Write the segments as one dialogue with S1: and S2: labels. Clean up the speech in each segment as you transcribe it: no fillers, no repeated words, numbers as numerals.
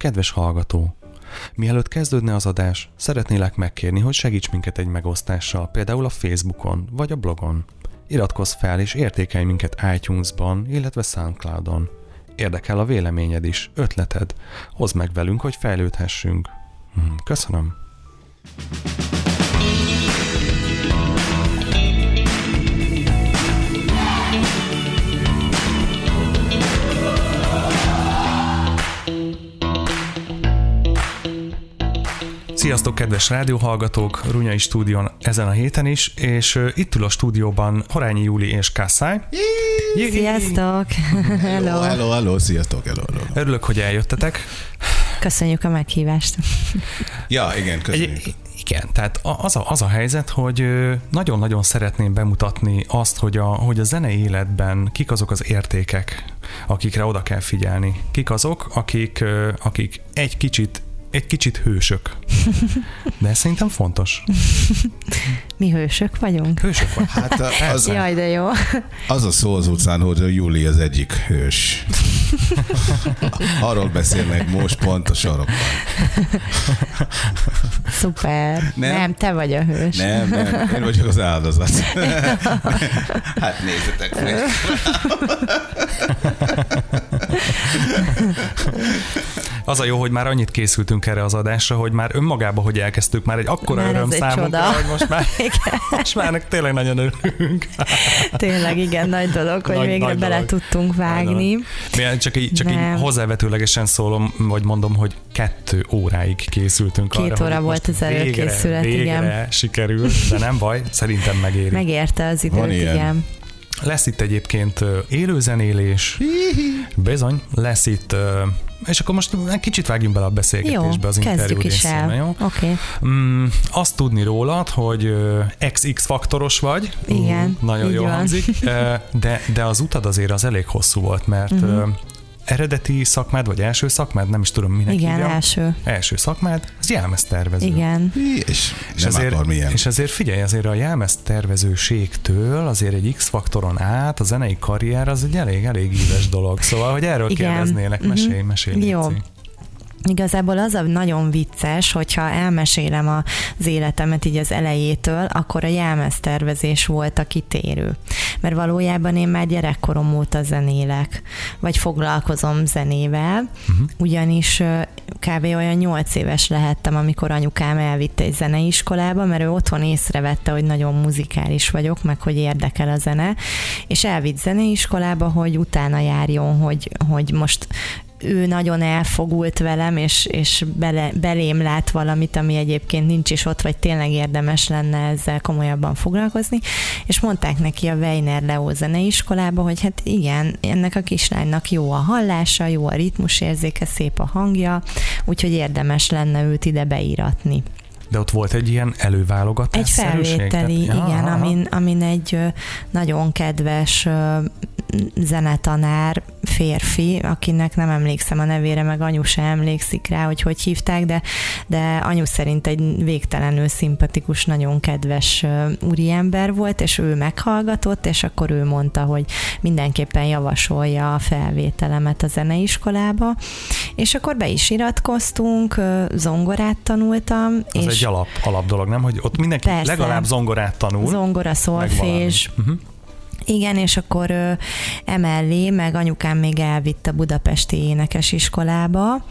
S1: Kedves hallgató! Mielőtt kezdődne az adás, szeretnélek megkérni, hogy segíts minket egy megosztással, például a Facebookon vagy a blogon. Iratkozz fel és értékelj minket iTunes-ban, illetve SoundCloud-on. Érdekel a véleményed is, ötleted. Hozd meg velünk, hogy fejlődhessünk. Köszönöm! Sziasztok, kedves rádióhallgatók! Runyai stúdión ezen a héten is, és itt ül a stúdióban Horányi Júli és Kászály.
S2: Sziasztok!
S3: Hello, sziasztok! Hello.
S1: Örülök, hogy eljöttetek.
S2: Köszönjük a meghívást.
S3: Ja, igen, köszönjük.
S1: Igen, tehát az a helyzet, hogy nagyon-nagyon szeretném bemutatni azt, hogy a zenei életben kik azok az értékek, akikre oda kell figyelni. Kik azok, akik egy kicsit hősök. De szerintem fontos.
S2: Mi hősök vagyunk?
S1: Hősök vagyunk.
S3: Hát
S2: Jaj, de jó.
S3: Az a szó az utcán, hogy a Júli az egyik hős. Arról beszélnek most pont a sarokban.
S2: Szuper. Nem, te vagy a hős.
S3: Nem, én vagyok az áldozat. Hát nézzetek meg.
S1: Az a jó, hogy már annyit készültünk erre az adásra, hogy már önmagában, hogy elkezdtük, már egy akkora öröm számunkra, hogy most már tényleg nagyon örülünk.
S2: Tényleg, igen, nagy dolog, hogy végre bele tudtunk vágni.
S1: Csak így hozzávetőlegesen szólom, vagy mondom, hogy 2 óráig készültünk
S2: 2
S1: arra,
S2: óra
S1: hogy
S2: volt az előkészület,
S1: végre sikerült, de nem baj, szerintem megéri.
S2: Megérte az időt, igen.
S1: Lesz itt egyébként élőzenélés, bizony, lesz itt, és akkor most egy kicsit vágjunk bele a beszélgetésbe, az interjú részébe, jó?
S2: Okay.
S1: Azt tudni rólad, hogy XX faktoros vagy.
S2: Igen,
S1: nagyon jól hangzik, de az utad azért az elég hosszú volt, mert eredeti szakmád, vagy első szakmád, nem is tudom, minek
S2: igen,
S1: hívjam. Első szakmád, az jelmeztervező.
S2: Igen.
S1: És azért figyelj, azért a jelmeztervezőségtől azért egy X-faktoron át a zenei karrier az egy elég íves dolog. Szóval, hogy erről kérdeznélek, mesélj.
S2: Jó. Igazából az a nagyon vicces, hogyha elmesélem az életemet így az elejétől, akkor a jelmeztervezés volt a kitérő. Mert valójában én már gyerekkorom óta zenélek, vagy foglalkozom zenével, ugyanis kb. Olyan 8 éves lehettem, amikor anyukám elvitte egy zeneiskolába, mert ő otthon észrevette, hogy nagyon muzikális vagyok, meg hogy érdekel a zene, és elvitt zeneiskolába, hogy utána járjon, hogy most ő nagyon elfogult velem, és belém lát valamit, ami egyébként nincs is ott, vagy tényleg érdemes lenne ezzel komolyabban foglalkozni, és mondták neki a Weiner Leo zeneiskolába, hogy hát igen, ennek a kislánynak jó a hallása, jó a ritmusérzéke, szép a hangja, úgyhogy érdemes lenne őt ide beíratni.
S1: De ott volt egy ilyen előválogatás.
S2: Egy felvételi, igen, amin egy nagyon kedves zenetanár, férfi, akinek nem emlékszem a nevére, meg anyu sem emlékszik rá, hogy hívták, de anyu szerint egy végtelenül szimpatikus, nagyon kedves úriember volt, és ő meghallgatott, és akkor ő mondta, hogy mindenképpen javasolja a felvételemet a zeneiskolába, és akkor be is iratkoztunk, zongorát tanultam.
S1: Ez egy alap dolog, nem? Hogy ott mindenki persze, legalább zongorát tanul.
S2: Zongora, szolfés. Igen, és akkor emellé, meg anyukám még elvitt a budapesti énekesiskolába,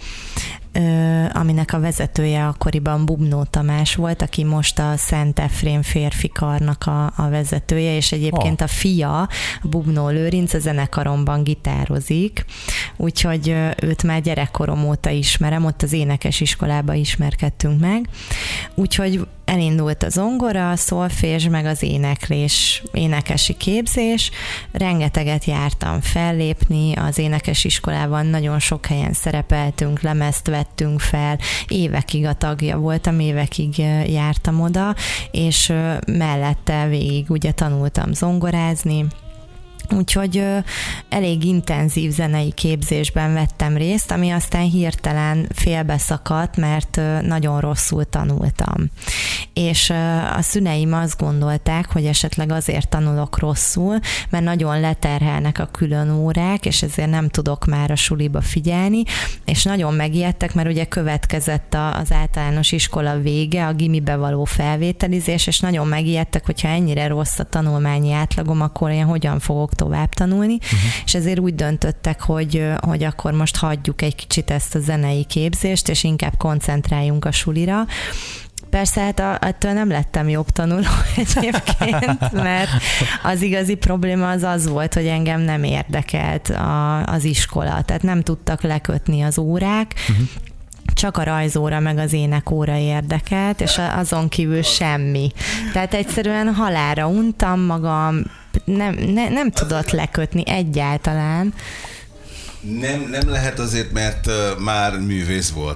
S2: aminek a vezetője akkoriban Bubnó Tamás volt, aki most a Szent Efrén férfi karnak a vezetője, és egyébként a fia, Bubnó Lőrinc, a zenekaromban gitározik, úgyhogy őt már gyerekkorom óta ismerem, ott az énekesiskolába ismerkedtünk meg, úgyhogy elindult a zongora, a szolfés, meg az énekesi képzés. Rengeteget jártam fellépni, az énekesiskolában nagyon sok helyen szerepeltünk, lemezt vettünk fel, évekig a tagja voltam, évekig jártam oda, és mellette végig ugye tanultam zongorázni, Úgyhogy elég intenzív zenei képzésben vettem részt, ami aztán hirtelen félbeszakadt, mert nagyon rosszul tanultam. És a szüleim azt gondolták, hogy esetleg azért tanulok rosszul, mert nagyon leterhelnek a külön órák, és ezért nem tudok már a suliba figyelni, és nagyon megijedtek, mert ugye következett az általános iskola vége, a gimibe való felvételizés, és nagyon megijedtek, hogyha ennyire rossz a tanulmányi átlagom, akkor én hogyan fogok tovább tanulni, és ezért úgy döntöttek, hogy akkor most hagyjuk egy kicsit ezt a zenei képzést, és inkább koncentráljunk a sulira. Persze, hát ettől nem lettem jobb tanuló egyébként, mert az igazi probléma az volt, hogy engem nem érdekelt az iskola, tehát nem tudtak lekötni az órák, csak a rajzóra meg az énekóra érdekelt, és azon kívül semmi. Tehát egyszerűen halálra untam magam, nem tudott lekötni egyáltalán.
S3: Nem lehet azért, mert már művész volt.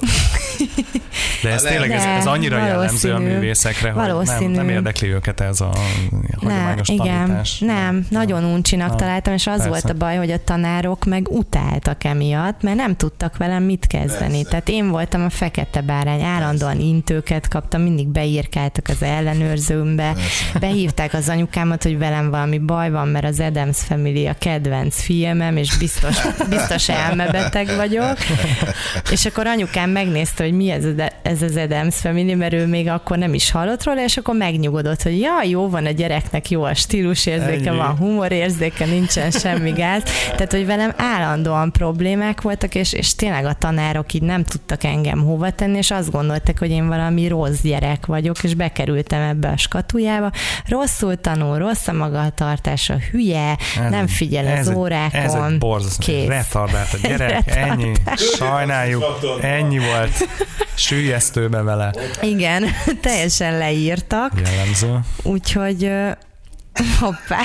S1: De ez tényleg ez annyira jellemző a művészekre, hogy nem érdekli őket ez a hagyományos tanítás.
S2: Nem, nagyon uncsinak találtam, és az volt a baj, hogy a tanárok meg utáltak emiatt, mert nem tudtak velem mit kezdeni. Persze. Tehát én voltam a fekete bárány, állandóan intőket kaptam, mindig beírkáltak az ellenőrzőmbe, behívták az anyukámat, hogy velem valami baj van, mert az Addams Family a kedvenc filmem, és biztos elmebeteg vagyok. És akkor anyukám megnézte, hogy mi ez az Addams Family, mert ő még akkor nem is hallott róla, és akkor megnyugodott, hogy jó van a gyereknek, jó a stílusérzéke, van humorérzéke, nincsen semmi gáz. Tehát, hogy velem állandóan problémák voltak, és tényleg a tanárok így nem tudtak engem hova tenni, és azt gondolták, hogy én valami rossz gyerek vagyok, és bekerültem ebbe a skatujába. Rosszul tanul, rossz a magatartása, hülye, nem figyel az órákon. Ez egy borzasztó,
S1: retardált a gyerek, ennyi, sajnáljuk, ennyi volt. Süllyesztőbe vele.
S2: Igen, teljesen leírtak.
S1: Jellemző.
S2: Úgyhogy hoppá,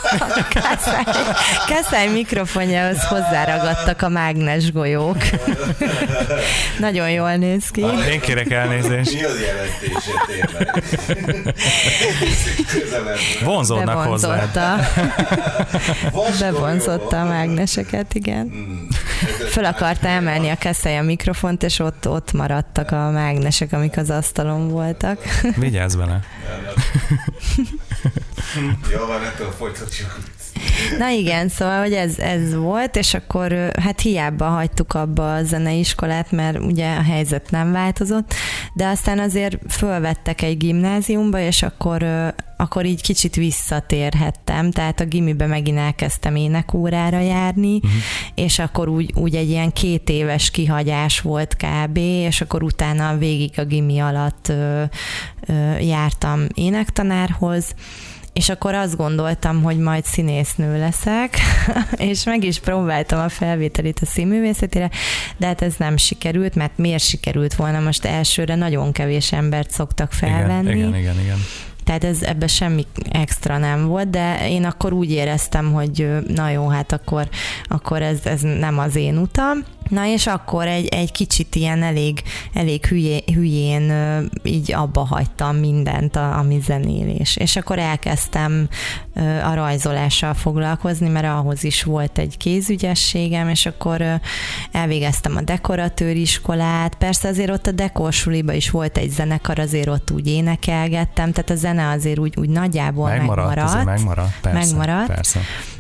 S2: Kászály mikrofonjához hozzáragadtak a mágnes golyók. Nagyon jól néz ki.
S1: Én kérek elnézést.
S3: Mi az jelentése tényleg?
S1: Vonzódnak hozzá.
S2: Bevonzotta a mágneseket, igen. Föl akarta emelni a Kászály a mikrofont, és ott maradtak a mágnesek, amik az asztalon voltak.
S1: Vigyázz vele.
S3: Jó van, ettől folytatjuk.
S2: Na igen, szóval, hogy ez volt, és akkor hát hiába hagytuk abba a zeneiskolát, mert ugye a helyzet nem változott, de aztán azért fölvettek egy gimnáziumba, és akkor így kicsit visszatérhettem, tehát a gimibe megint elkezdtem énekórára járni, és akkor úgy egy ilyen 2 éves kihagyás volt kb., és akkor utána végig a gimi alatt jártam énektanárhoz, és akkor azt gondoltam, hogy majd színésznő leszek, és meg is próbáltam a felvételit a színművészetére, de hát ez nem sikerült, mert miért sikerült volna, most elsőre nagyon kevés embert szoktak felvenni.
S1: Igen.
S2: Tehát ebben semmi extra nem volt, de én akkor úgy éreztem, hogy na jó, hát akkor ez nem az én utam. Na és akkor egy kicsit ilyen elég hülyén így abba hagytam mindent, ami zenélés. És akkor elkezdtem a rajzolással foglalkozni, mert ahhoz is volt egy kézügyességem, és akkor elvégeztem a dekoratőriskolát. Persze azért ott a dekorsuliba is volt egy zenekar, azért ott úgy énekelgettem, tehát a zene azért úgy nagyjából megmaradt.
S1: Persze.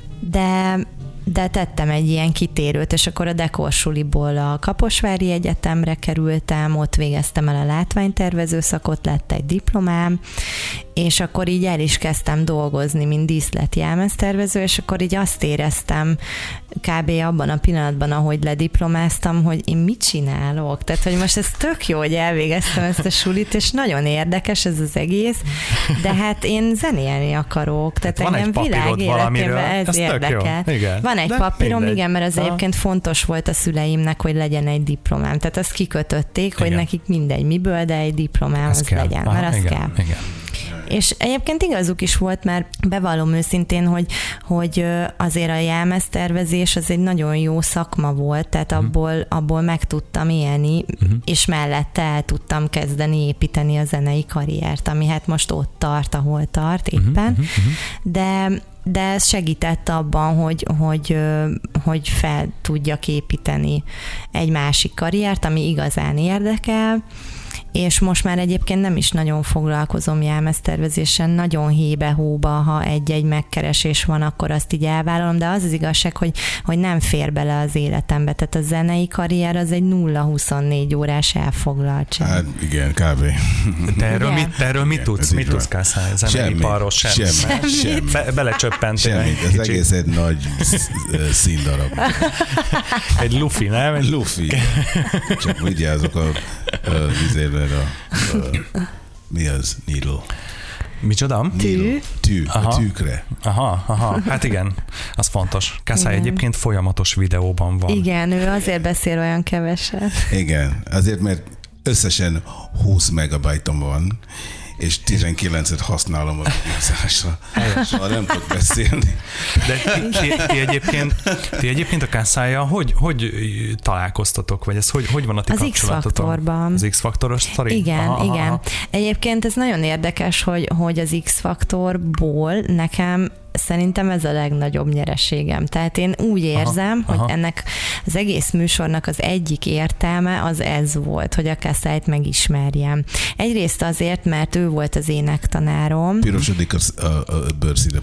S2: De tettem egy ilyen kitérőt, és akkor a dekorsuliból a Kaposvári Egyetemre kerültem, ott végeztem el a látványtervező szakot, lett egy diplomám, és akkor így el is kezdtem dolgozni, mint díszletjelmeztervező, és akkor így azt éreztem kb. Abban a pillanatban, ahogy lediplomáztam, hogy én mit csinálok? Tehát, hogy most ez tök jó, hogy elvégeztem ezt a sulit, és nagyon érdekes ez az egész, de hát én zenélni akarok. Tehát engem világéletében ez érdekel. Van egy papírom, igen, mert az egyébként fontos volt a szüleimnek, hogy legyen egy diplomám. Tehát azt kikötötték, hogy nekik mindegy miből, de egy diplomám az legyen, mert az kell. Igen. És egyébként igazuk is volt, mert bevallom őszintén, hogy azért a jelmeztervezés az egy nagyon jó szakma volt, tehát abból meg tudtam élni, és mellette el tudtam kezdeni építeni a zenei karriert, ami hát most ott tart, ahol tart éppen. de ez segített abban, hogy fel tudjak építeni egy másik karriert, ami igazán érdekel, és most már egyébként nem is nagyon foglalkozom jelmeztervezésen, nagyon hébe-hóba, ha egy-egy megkeresés van, akkor azt így elvállalom, de az igazság, hogy nem fér bele az életembe. Tehát a zenei karrier az egy 0-24 órás elfoglaltság.
S3: Hát igen, kb.
S1: De erről mit tudsz? Mit tudsz, Kászály? Zeneiparról semmi. Belecsöppentél.
S3: Semmit, ez egész egy nagy színdarab.
S1: Egy lufi, nem?
S3: Egy lufi. Csak vigyázok a mi az? Needle.
S1: Micsoda?
S2: Tű.
S3: A tűkre.
S1: Aha, hát igen, az fontos. Kászály egyébként folyamatos videóban van.
S2: Igen, ő azért beszél olyan keveset.
S3: Igen, azért, mert összesen 20 megabajtom van, és 19-et használom a videózásra. Szóval nem tudok beszélni.
S1: De ti egyébként a Kásállyal hogy találkoztatok, vagy ez hogy van a ti
S2: az
S1: kapcsolatotok?
S2: X-faktorban.
S1: Az X-faktoros sztori?
S2: Igen, igen. Egyébként ez nagyon érdekes, hogy az X-faktorból nekem szerintem ez a legnagyobb nyereségem. Tehát én úgy érzem, hogy ennek az egész műsornak az egyik értelme az ez volt, hogy a Kászályt megismerjem. Egyrészt azért, mert ő volt az énektanárom.
S3: Pirosodik a bőrszíne,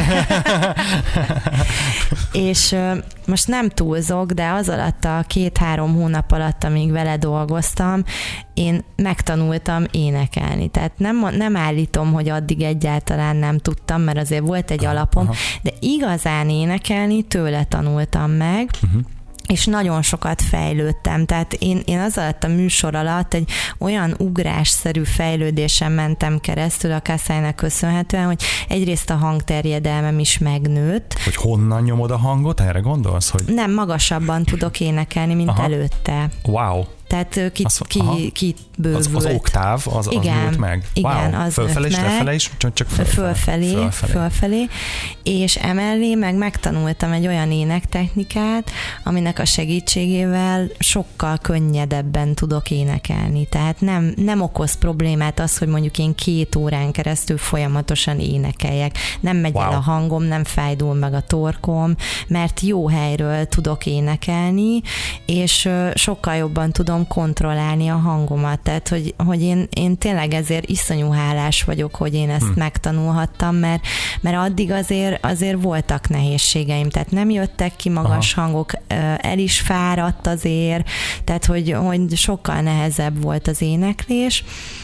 S2: És most nem túlzok, de az alatt a 2-3 hónap alatt, amíg vele dolgoztam, én megtanultam énekelni. Tehát nem állítom, hogy addig egyáltalán nem tudtam, mert azért volt egy alapom, de igazán énekelni tőle tanultam meg, és nagyon sokat fejlődtem. Tehát én az alatt a műsor alatt egy olyan ugrásszerű fejlődésen mentem keresztül a Kászálynak köszönhetően, hogy egyrészt a hangterjedelmem is megnőtt.
S1: Hogy honnan nyomod a hangot? Erre gondolsz? Hogy...
S2: Nem, magasabban tudok énekelni, mint előtte.
S1: Wow!
S2: Tehát bővült.
S1: Az oktáv, az nőtt meg.
S2: Igen,
S1: wow.
S2: az
S1: fölfelé és lefelé is? Csak fölfelé. És emellé megtanultam egy olyan énektechnikát, aminek a segítségével sokkal könnyedebben tudok énekelni. Tehát nem okoz problémát az, hogy mondjuk én 2 órán keresztül folyamatosan énekeljek. Nem megy el a hangom, nem fájdul meg a torkom, mert jó helyről tudok énekelni, és sokkal jobban tudom kontrollálni a hangomat. Tehát, hogy én tényleg ezért iszonyú hálás vagyok, hogy én ezt megtanulhattam, mert addig azért voltak nehézségeim, tehát nem jöttek ki magas hangok, el is fáradt azért, tehát, hogy sokkal nehezebb volt az éneklés,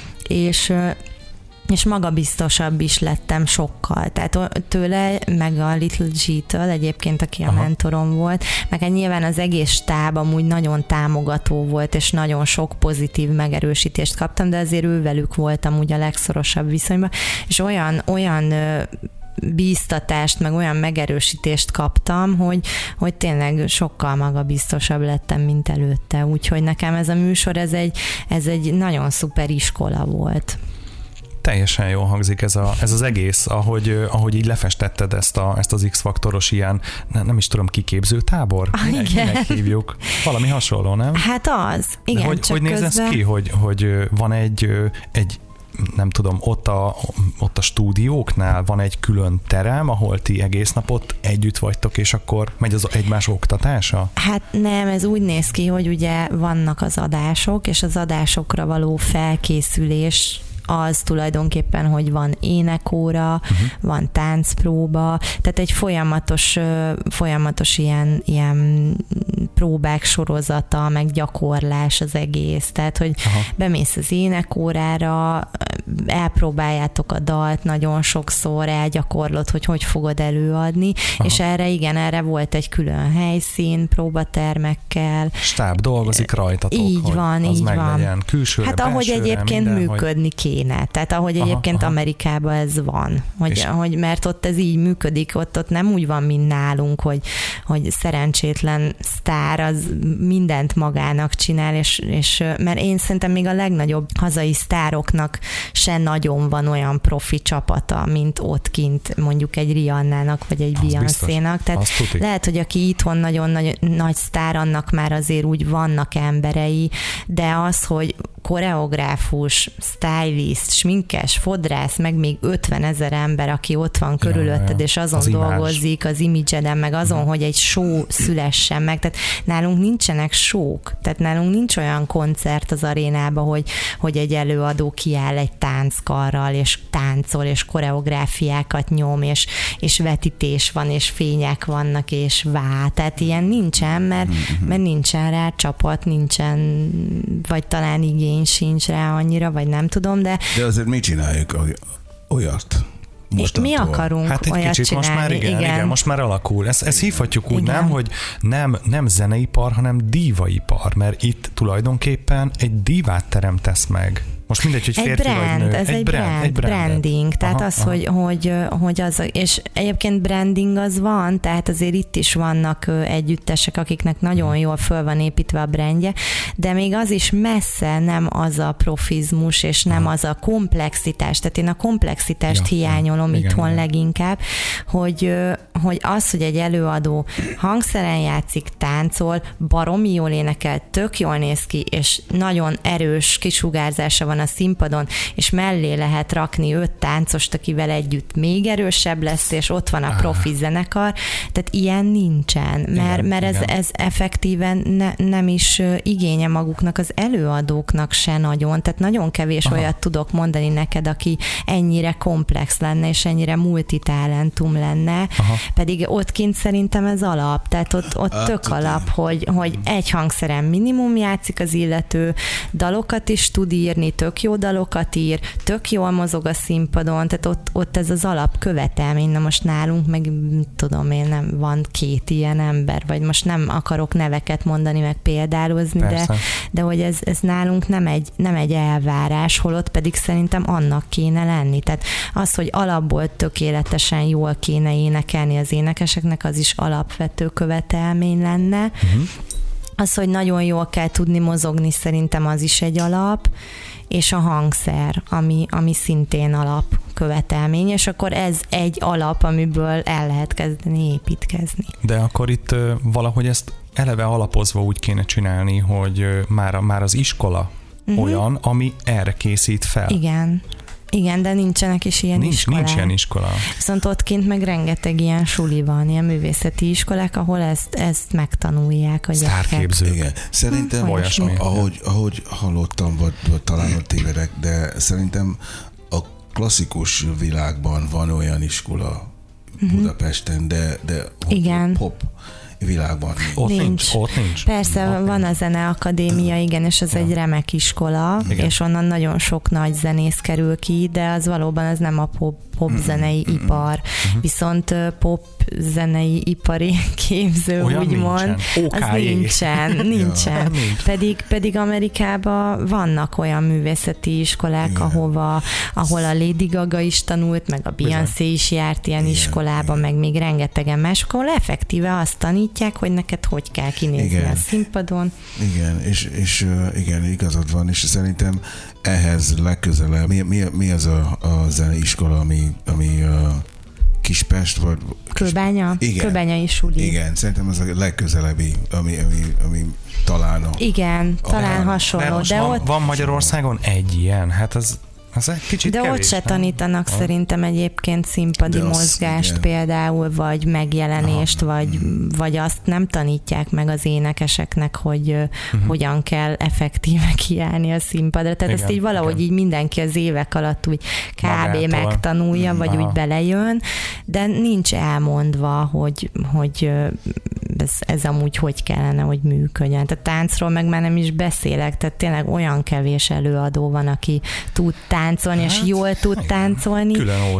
S1: és magabiztosabb is lettem sokkal. Tehát tőle, meg a Little G-től egyébként, aki a mentorom volt, meg nyilván az egész stáb amúgy nagyon támogató volt, és nagyon sok pozitív megerősítést kaptam, de azért ővelük voltam úgy a legszorosabb viszonyban, és olyan bíztatást, meg olyan megerősítést kaptam, hogy tényleg sokkal magabiztosabb lettem, mint előtte. Úgyhogy nekem ez a műsor, ez egy nagyon szuper iskola volt. Teljesen jól hangzik ez az egész, ahogy így lefestetted ezt az X-faktoros ilyen, nem is tudom, kiképző tábor? Minek hívjuk? Valami hasonló, nem?
S2: Hát az. Igen,
S1: hogy néz ez ki, hogy van egy nem tudom, ott a stúdióknál van egy külön terem, ahol ti egész napot együtt vagytok, és akkor megy az egymás oktatása? Hát
S2: nem, ez úgy néz ki, hogy ugye vannak az adások, és az adásokra való felkészülés az tulajdonképpen, hogy van énekóra, van táncpróba, tehát egy folyamatos ilyen próbák sorozata, meg gyakorlás az egész. Tehát, hogy bemész az énekórára, elpróbáljátok a dalt nagyon sokszor, elgyakorlod, hogy fogod előadni, és erre volt egy külön helyszín, próbatermekkel.
S1: Stáb dolgozik rajtatok,
S2: így van.
S1: Legyen külsőre,
S2: hát ahogy
S1: belsőre,
S2: egyébként
S1: minden,
S2: működni kéne. Tehát ahogy egyébként Amerikában ez van. Hogy mert ott ez így működik, ott nem úgy van, mint nálunk, hogy szerencsétlen sztár az mindent magának csinál, és mert én szerintem még a legnagyobb hazai sztároknak se nagyon van olyan profi csapata, mint ott kint mondjuk egy Rihannának, vagy egy Beyoncénak. Tehát lehet, hogy aki itthon nagyon nagy sztár, annak már azért úgy vannak emberei, de az, hogy koreográfus, stylist, sminkes, fodrász, meg még 50 000 ember, aki ott van körülötted, és azon az dolgozik az image-eden, meg azon, hogy egy show szülessen meg. Tehát nálunk nincsenek show-k, tehát nálunk nincs olyan koncert az arénában, hogy egy előadó kiáll egy tánckarral, és táncol, és koreográfiákat nyom, és vetítés van, és fények vannak, és tehát ilyen nincsen, mert nincsen rá csapat, nincsen, vagy talán igény sincs rá annyira, vagy nem tudom, de
S3: azért mi csináljuk olyat? Mostantól.
S2: Mi akarunk
S1: hát egy
S2: olyat
S1: kicsit
S2: csinálni.
S1: Most már igen, most már alakul. Ezt hívhatjuk úgy, nem, hogy nem zeneipar, hanem dívaipar, mert itt tulajdonképpen egy divát teremtesz meg. Most mindegy, hogy férfi vagy nő.
S2: Ez egy branding. Tehát hogy az, és egyébként branding az van, tehát azért itt is vannak együttesek, akiknek nagyon jól föl van építve a brandje, de még az is messze nem az a profizmus, és nem az a komplexitás. Tehát én a komplexitást hiányolom itthon leginkább, hogy az, hogy egy előadó hangszeren játszik, táncol, baromi jól énekel, tök jól néz ki, és nagyon erős kisugárzása van a színpadon, és mellé lehet rakni 5 táncost, akivel együtt még erősebb lesz, és ott van a profi zenekar. Tehát ilyen nincsen, mert ez effektíven nem is igénye maguknak az előadóknak se nagyon. Tehát nagyon kevés olyat tudok mondani neked, aki ennyire komplex lenne, és ennyire multitalentum lenne. Pedig ott kint szerintem ez alap. Tehát ott tök alap, hogy egy hangszeren minimum játszik az illető, dalokat is tud írni, tök jó dalokat ír, tök jól mozog a színpadon, tehát ott ez az alapkövetelmény. Na most nálunk meg tudom én, nem van 2 ilyen ember, vagy most nem akarok neveket mondani, meg példálozni, de hogy ez nálunk nem egy elvárás, holott pedig szerintem annak kéne lenni. Tehát az, hogy alapból tökéletesen jól kéne énekelni az énekeseknek, az is alapvető követelmény lenne. Az, hogy nagyon jól kell tudni mozogni, szerintem az is egy alap, és a hangszer, ami szintén alapkövetelmény, és akkor ez egy alap, amiből el lehet kezdeni építkezni.
S1: De akkor itt valahogy ezt eleve alapozva úgy kéne csinálni, hogy már az iskola olyan, ami erre készít fel.
S2: Igen, de nincsenek is ilyen iskolák.
S1: Nincs ilyen iskola.
S2: Viszont ott kint meg rengeteg ilyen suli van, ilyen művészeti iskolák, ahol ezt megtanulják a gyerekek.
S1: Sztárképzők.
S3: Igen. Szerintem, ahogy hallottam, vagy talán ott tévedek, de szerintem a klasszikus világban van olyan iskola Budapesten, de pop világban
S2: nincs.
S1: Ott nincs.
S2: Persze van a Zeneakadémia, igen, és az egy remek iskola, és onnan nagyon sok nagy zenész kerül ki, de az valóban az nem a pop zenei ipar. Viszont pop zenei ipari képző,
S1: olyan
S2: úgymond, az nincsen. Pedig Amerikában vannak olyan művészeti iskolák, ahol a Lady Gaga is tanult, meg a Beyoncé is járt ilyen iskolába, meg még rengetegen mások, ahol effektíve azt tanítják, hogy neked hogy kell kinézni a színpadon.
S3: Igen, és igen, igazad van, és szerintem ehhez legközelebb, mi az a zeneiskola, ami Kispest, vagy...
S2: Kőbánya? Kőbányai suli.
S3: Igen, szerintem ez a legközelebbi, ami talán
S2: igen, talán hasonló.
S1: De ott van Magyarországon egy ilyen, hát az egy kicsit
S2: de
S1: kevés,
S2: ott se tanítanak szerintem egyébként színpadi mozgást például, vagy megjelenést, vagy azt nem tanítják meg az énekeseknek, hogy hogyan kell effektíve kiállni a színpadra. Tehát ezt így valahogy így mindenki az évek alatt úgy kb. Megtanulja, vagy úgy belejön, de nincs elmondva, hogy ez amúgy hogy kellene, hogy működjön. Tehát táncról meg már nem is beszélek, tehát tényleg olyan kevés előadó van, aki tud táncolni, és jól tud táncolni,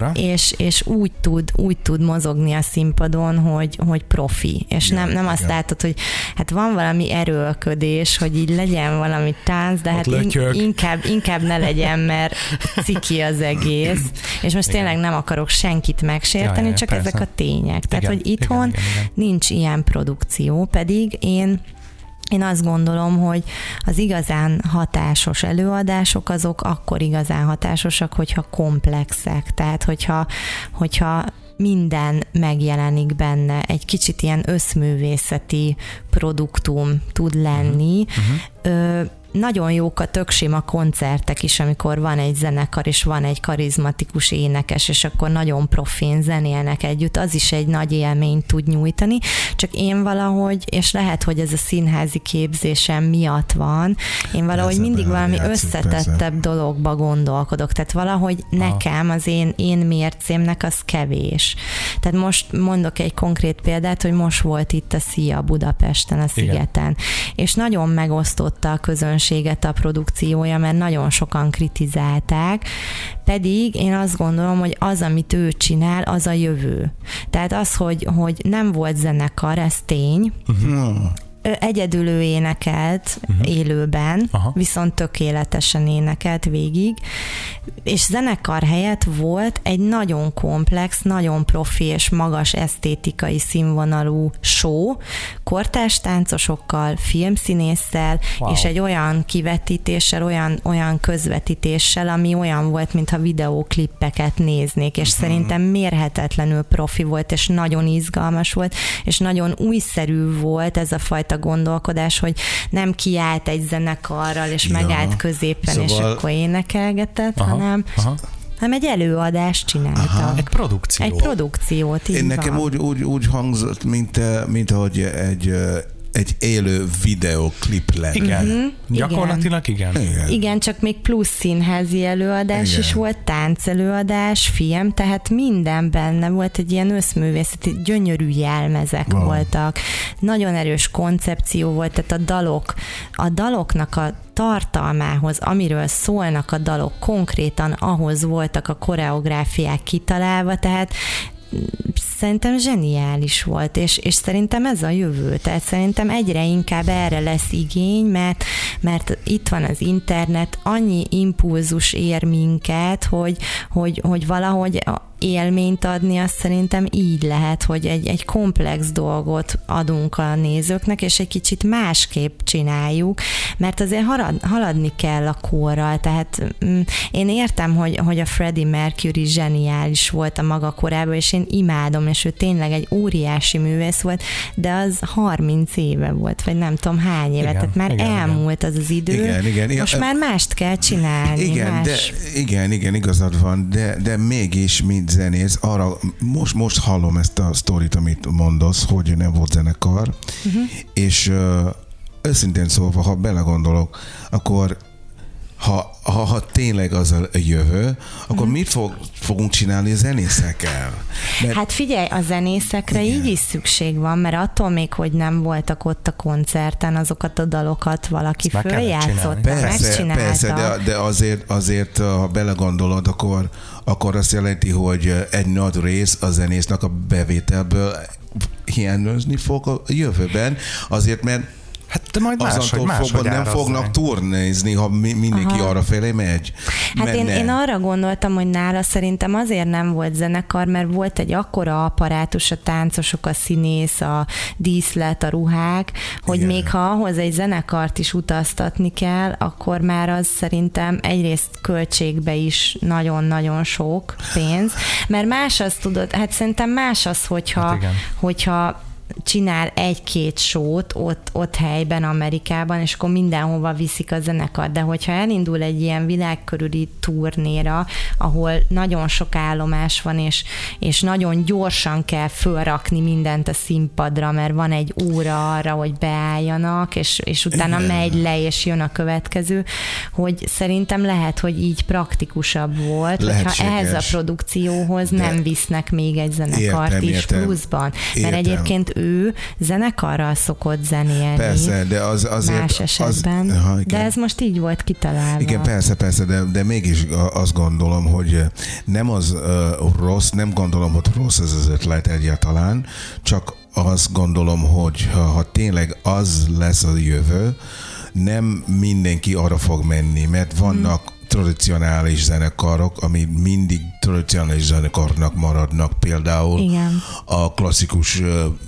S2: és úgy tud mozogni a színpadon, hogy profi. És nem azt látod, hogy hát van valami erőlködés, hogy így legyen valami tánc, de hát inkább ne legyen, mert ciki az egész. És most tényleg nem akarok senkit megsérteni, csak persze. Ezek a tények. Tehát, hogy itthon nincs ilyen produkció, pedig én azt gondolom, hogy az igazán hatásos előadások azok akkor igazán hatásosak, hogyha komplexek. Tehát, hogyha minden megjelenik benne, egy kicsit ilyen összművészeti produktum tud lenni, nagyon jók a tök sima koncertek is, amikor van egy zenekar, és van egy karizmatikus énekes, és akkor nagyon profin zenélnek együtt, az is egy nagy élményt tud nyújtani, csak én valahogy, és lehet, hogy ez a színházi képzésem miatt van, én valahogy mindig valami összetettebb dologba gondolkodok, tehát valahogy nekem az én mércémnek az kevés. Tehát most mondok egy konkrét példát, hogy most volt itt a Szia Budapesten, a Szigeten, igen. És nagyon megosztotta a közönséget a produkciója, mert nagyon sokan kritizálták, pedig én azt gondolom, hogy az, amit ő csinál, az a jövő. Tehát az, hogy nem volt zenekar, ez tény, egyedül ő énekelt élőben, viszont tökéletesen énekelt végig, és zenekar helyett volt egy nagyon komplex, nagyon profi és magas esztétikai színvonalú show, kortárs táncosokkal, filmszínésszel, és egy olyan kivetítéssel, olyan közvetítéssel, ami olyan volt, mintha videóklippeket néznék, és szerintem mérhetetlenül profi volt, és nagyon izgalmas volt, és nagyon újszerű volt ez a fajta gondolkodás, hogy nem kiállt egy zenekarral, és megállt középen, és akkor énekelgetett, hanem egy előadást csinálta.
S1: Egy produkció.
S2: Egy produkciót, így
S3: nekem úgy hangzott, mint ahogy egy élő videoklip lett.
S1: Igen. Gyakorlatilag igen.
S2: Igen, csak még plusz színházi előadás is volt, táncelőadás, film, tehát minden benne volt, egy ilyen összművészeti, gyönyörű jelmezek voltak. Nagyon erős koncepció volt, tehát a daloknak a tartalmához, amiről szólnak a dalok, konkrétan ahhoz voltak a koreográfiák kitalálva, tehát szerintem zseniális volt, és szerintem ez a jövő, tehát szerintem egyre inkább erre lesz igény, mert itt van az internet, annyi impulzus ér minket, hogy valahogy élményt adni, azt szerintem így lehet, hogy egy komplex dolgot adunk a nézőknek, és egy kicsit másképp csináljuk, mert azért haladni kell a korral, tehát én értem, hogy a Freddie Mercury zseniális volt a maga korában, és én imádom, és ő tényleg egy óriási művész volt, de az 30 éve volt, vagy nem tudom hány éve, tehát már elmúlt az idő, igen. Most már mást kell csinálni.
S3: Igen, igazad van, de mégis, mint zenész, arra most hallom ezt a sztorit, amit mondasz, hogy nem volt zenekar, és őszintén szólva, ha belegondolok, akkor ha tényleg az a jövő, akkor mit fogunk csinálni a zenészekkel?
S2: Hát figyelj, a zenészekre így is szükség van, mert attól még, hogy nem voltak ott a koncerten, azokat a dalokat valaki följátszott, megcsinálta.
S3: Persze, de azért, ha belegondolod, akkor azt jelenti, hogy egy nagy rész a zenésznek a bevételből hiányozni fog a jövőben, azért, mert
S1: hát de majd máshogy
S3: nem fognak turnézni, ha mindenki arra felé megy.
S2: Hát én arra gondoltam, hogy nála szerintem azért nem volt zenekar, mert volt egy akkora apparátus, a táncosok, a színész, a díszlet, a ruhák, hogy még ha ahhoz egy zenekart is utaztatni kell, akkor már az szerintem egyrészt költségbe is nagyon-nagyon sok pénz, mert más az tudod, hát szerintem más az, hogyha csinál egy-két show-t ott helyben, Amerikában, és akkor mindenhova viszik a zenekar. De hogyha elindul egy ilyen világkörüli turnéra, ahol nagyon sok állomás van, és nagyon gyorsan kell fölrakni mindent a színpadra, mert van egy óra arra, hogy beálljanak, és utána megy le, és jön a következő, hogy szerintem lehet, hogy így praktikusabb volt, hogyha ehhez a produkcióhoz nem visznek még egy zenekart is pluszban. Mert egyébként ő zenekarral szokott zenélni.
S3: Persze, de azért...
S2: Más esetben. De ez most így volt kitalálva.
S3: Igen, persze, de mégis azt gondolom, hogy nem az rossz, nem gondolom, hogy rossz ez az ötlet egyáltalán, csak azt gondolom, hogy ha tényleg az lesz a jövő, nem mindenki arra fog menni, mert vannak tradicionális zenekarok, ami mindig tradicionális zenekarnak maradnak, például a klasszikus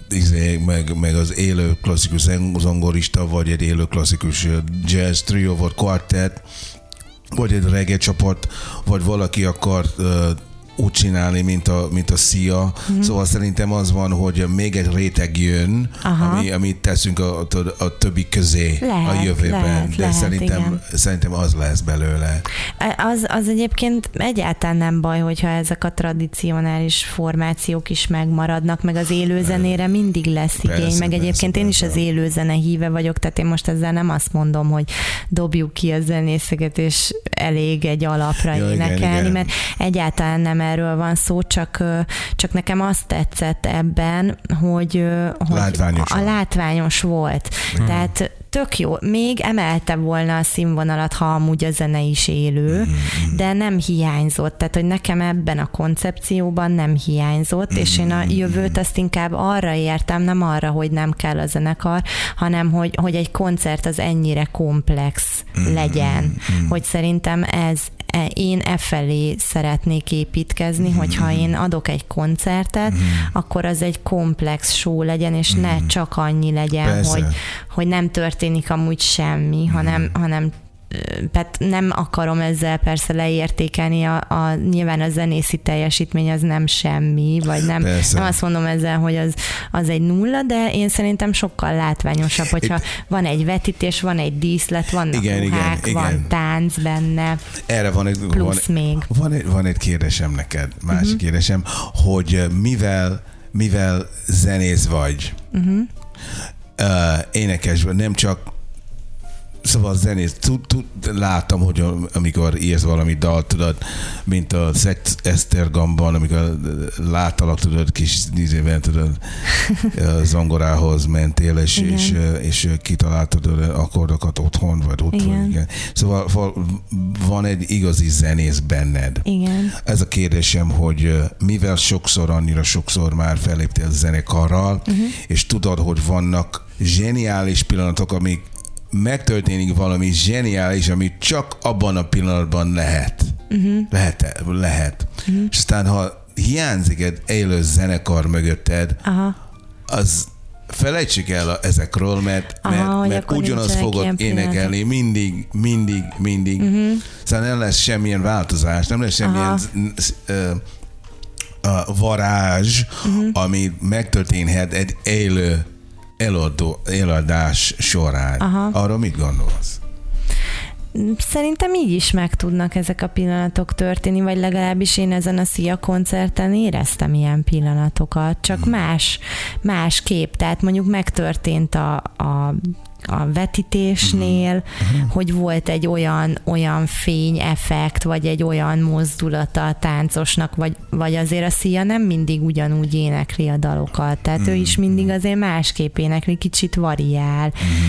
S3: meg az élő klasszikus zongorista, vagy egy élő klasszikus jazz trio, vagy quartet, vagy egy reggae csapat, vagy valaki akar úgy csinálni, mint a Szia. Szóval szerintem az van, hogy még egy réteg jön, amit teszünk a többi közé a jövőben. De szerintem az lesz belőle.
S2: Az egyébként egyáltalán nem baj, hogyha ezek a tradicionális formációk is megmaradnak, meg az élőzenére mindig lesz igény, meg egyébként én is az élőzene híve vagyok, tehát én most ezzel nem azt mondom, hogy dobjuk ki a zenészeket, és elég egy alapra énekelni, igen. Mert egyáltalán nem erről van szó, csak nekem azt tetszett ebben, hogy a látványos volt. Tehát tök jó. Még emelte volna a színvonalat, ha amúgy a zene is élő, de nem hiányzott. Tehát, hogy nekem ebben a koncepcióban nem hiányzott, és én a jövőt ezt inkább arra értem, nem arra, hogy nem kell a zenekar, hanem, hogy egy koncert az ennyire komplex legyen. Hogy szerintem én felé szeretnék építkezni, hogyha én adok egy koncertet, akkor az egy komplex show legyen, és ne csak annyi legyen, hogy nem történik amúgy semmi, hanem tehát nem akarom ezzel persze leértékelni, nyilván a zenészi teljesítmény az nem semmi, vagy nem azt mondom ezzel, hogy az egy nulla, de én szerintem sokkal látványosabb, hogyha van egy vetítés, van egy díszlet, vannak ruhák, van tánc benne,
S3: erre van egy kérdésem neked, másik kérdésem, hogy mivel zenész vagy, énekes vagy, nem csak szóval zenész, láttam, hogy amikor írsz valami dalt, tudod, mint a Esztergomban, amikor láttalak, tudod, kis nézében, tudod, zongorához mentél, és kitaláltad akkordokat otthon, vagy ott. Igen. Szóval van egy igazi zenész benned.
S2: Igen.
S3: Ez a kérdésem, hogy mivel annyira sokszor már felléptél zenekarral, és tudod, hogy vannak zseniális pillanatok, amik megtörténik valami zseniális, ami csak abban a pillanatban lehet. Lehet. És aztán, ha hiányzik egy élő zenekar mögötted, az felejtsük el ezekről, mert ugyanazt fogod énekelni mindig. Szóval nem lesz semmilyen változás, nem lesz semmilyen varázs, ami megtörténhet egy élő előadás során. Arra mit gondolsz?
S2: Szerintem így is meg tudnak ezek a pillanatok történni, vagy legalábbis én ezen a Szia koncerten éreztem ilyen pillanatokat, csak más kép. Tehát mondjuk megtörtént a vetítésnél, hogy volt egy olyan fényeffekt, vagy egy olyan mozdulata a táncosnak, vagy azért a Szia nem mindig ugyanúgy énekli a dalokat, tehát ő is mindig azért másképp énekli, kicsit variál.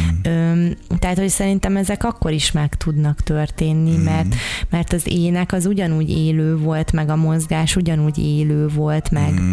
S2: Tehát, hogy szerintem ezek akkor is meg tudnak történni, mert az ének az ugyanúgy élő volt, meg a mozgás ugyanúgy élő volt,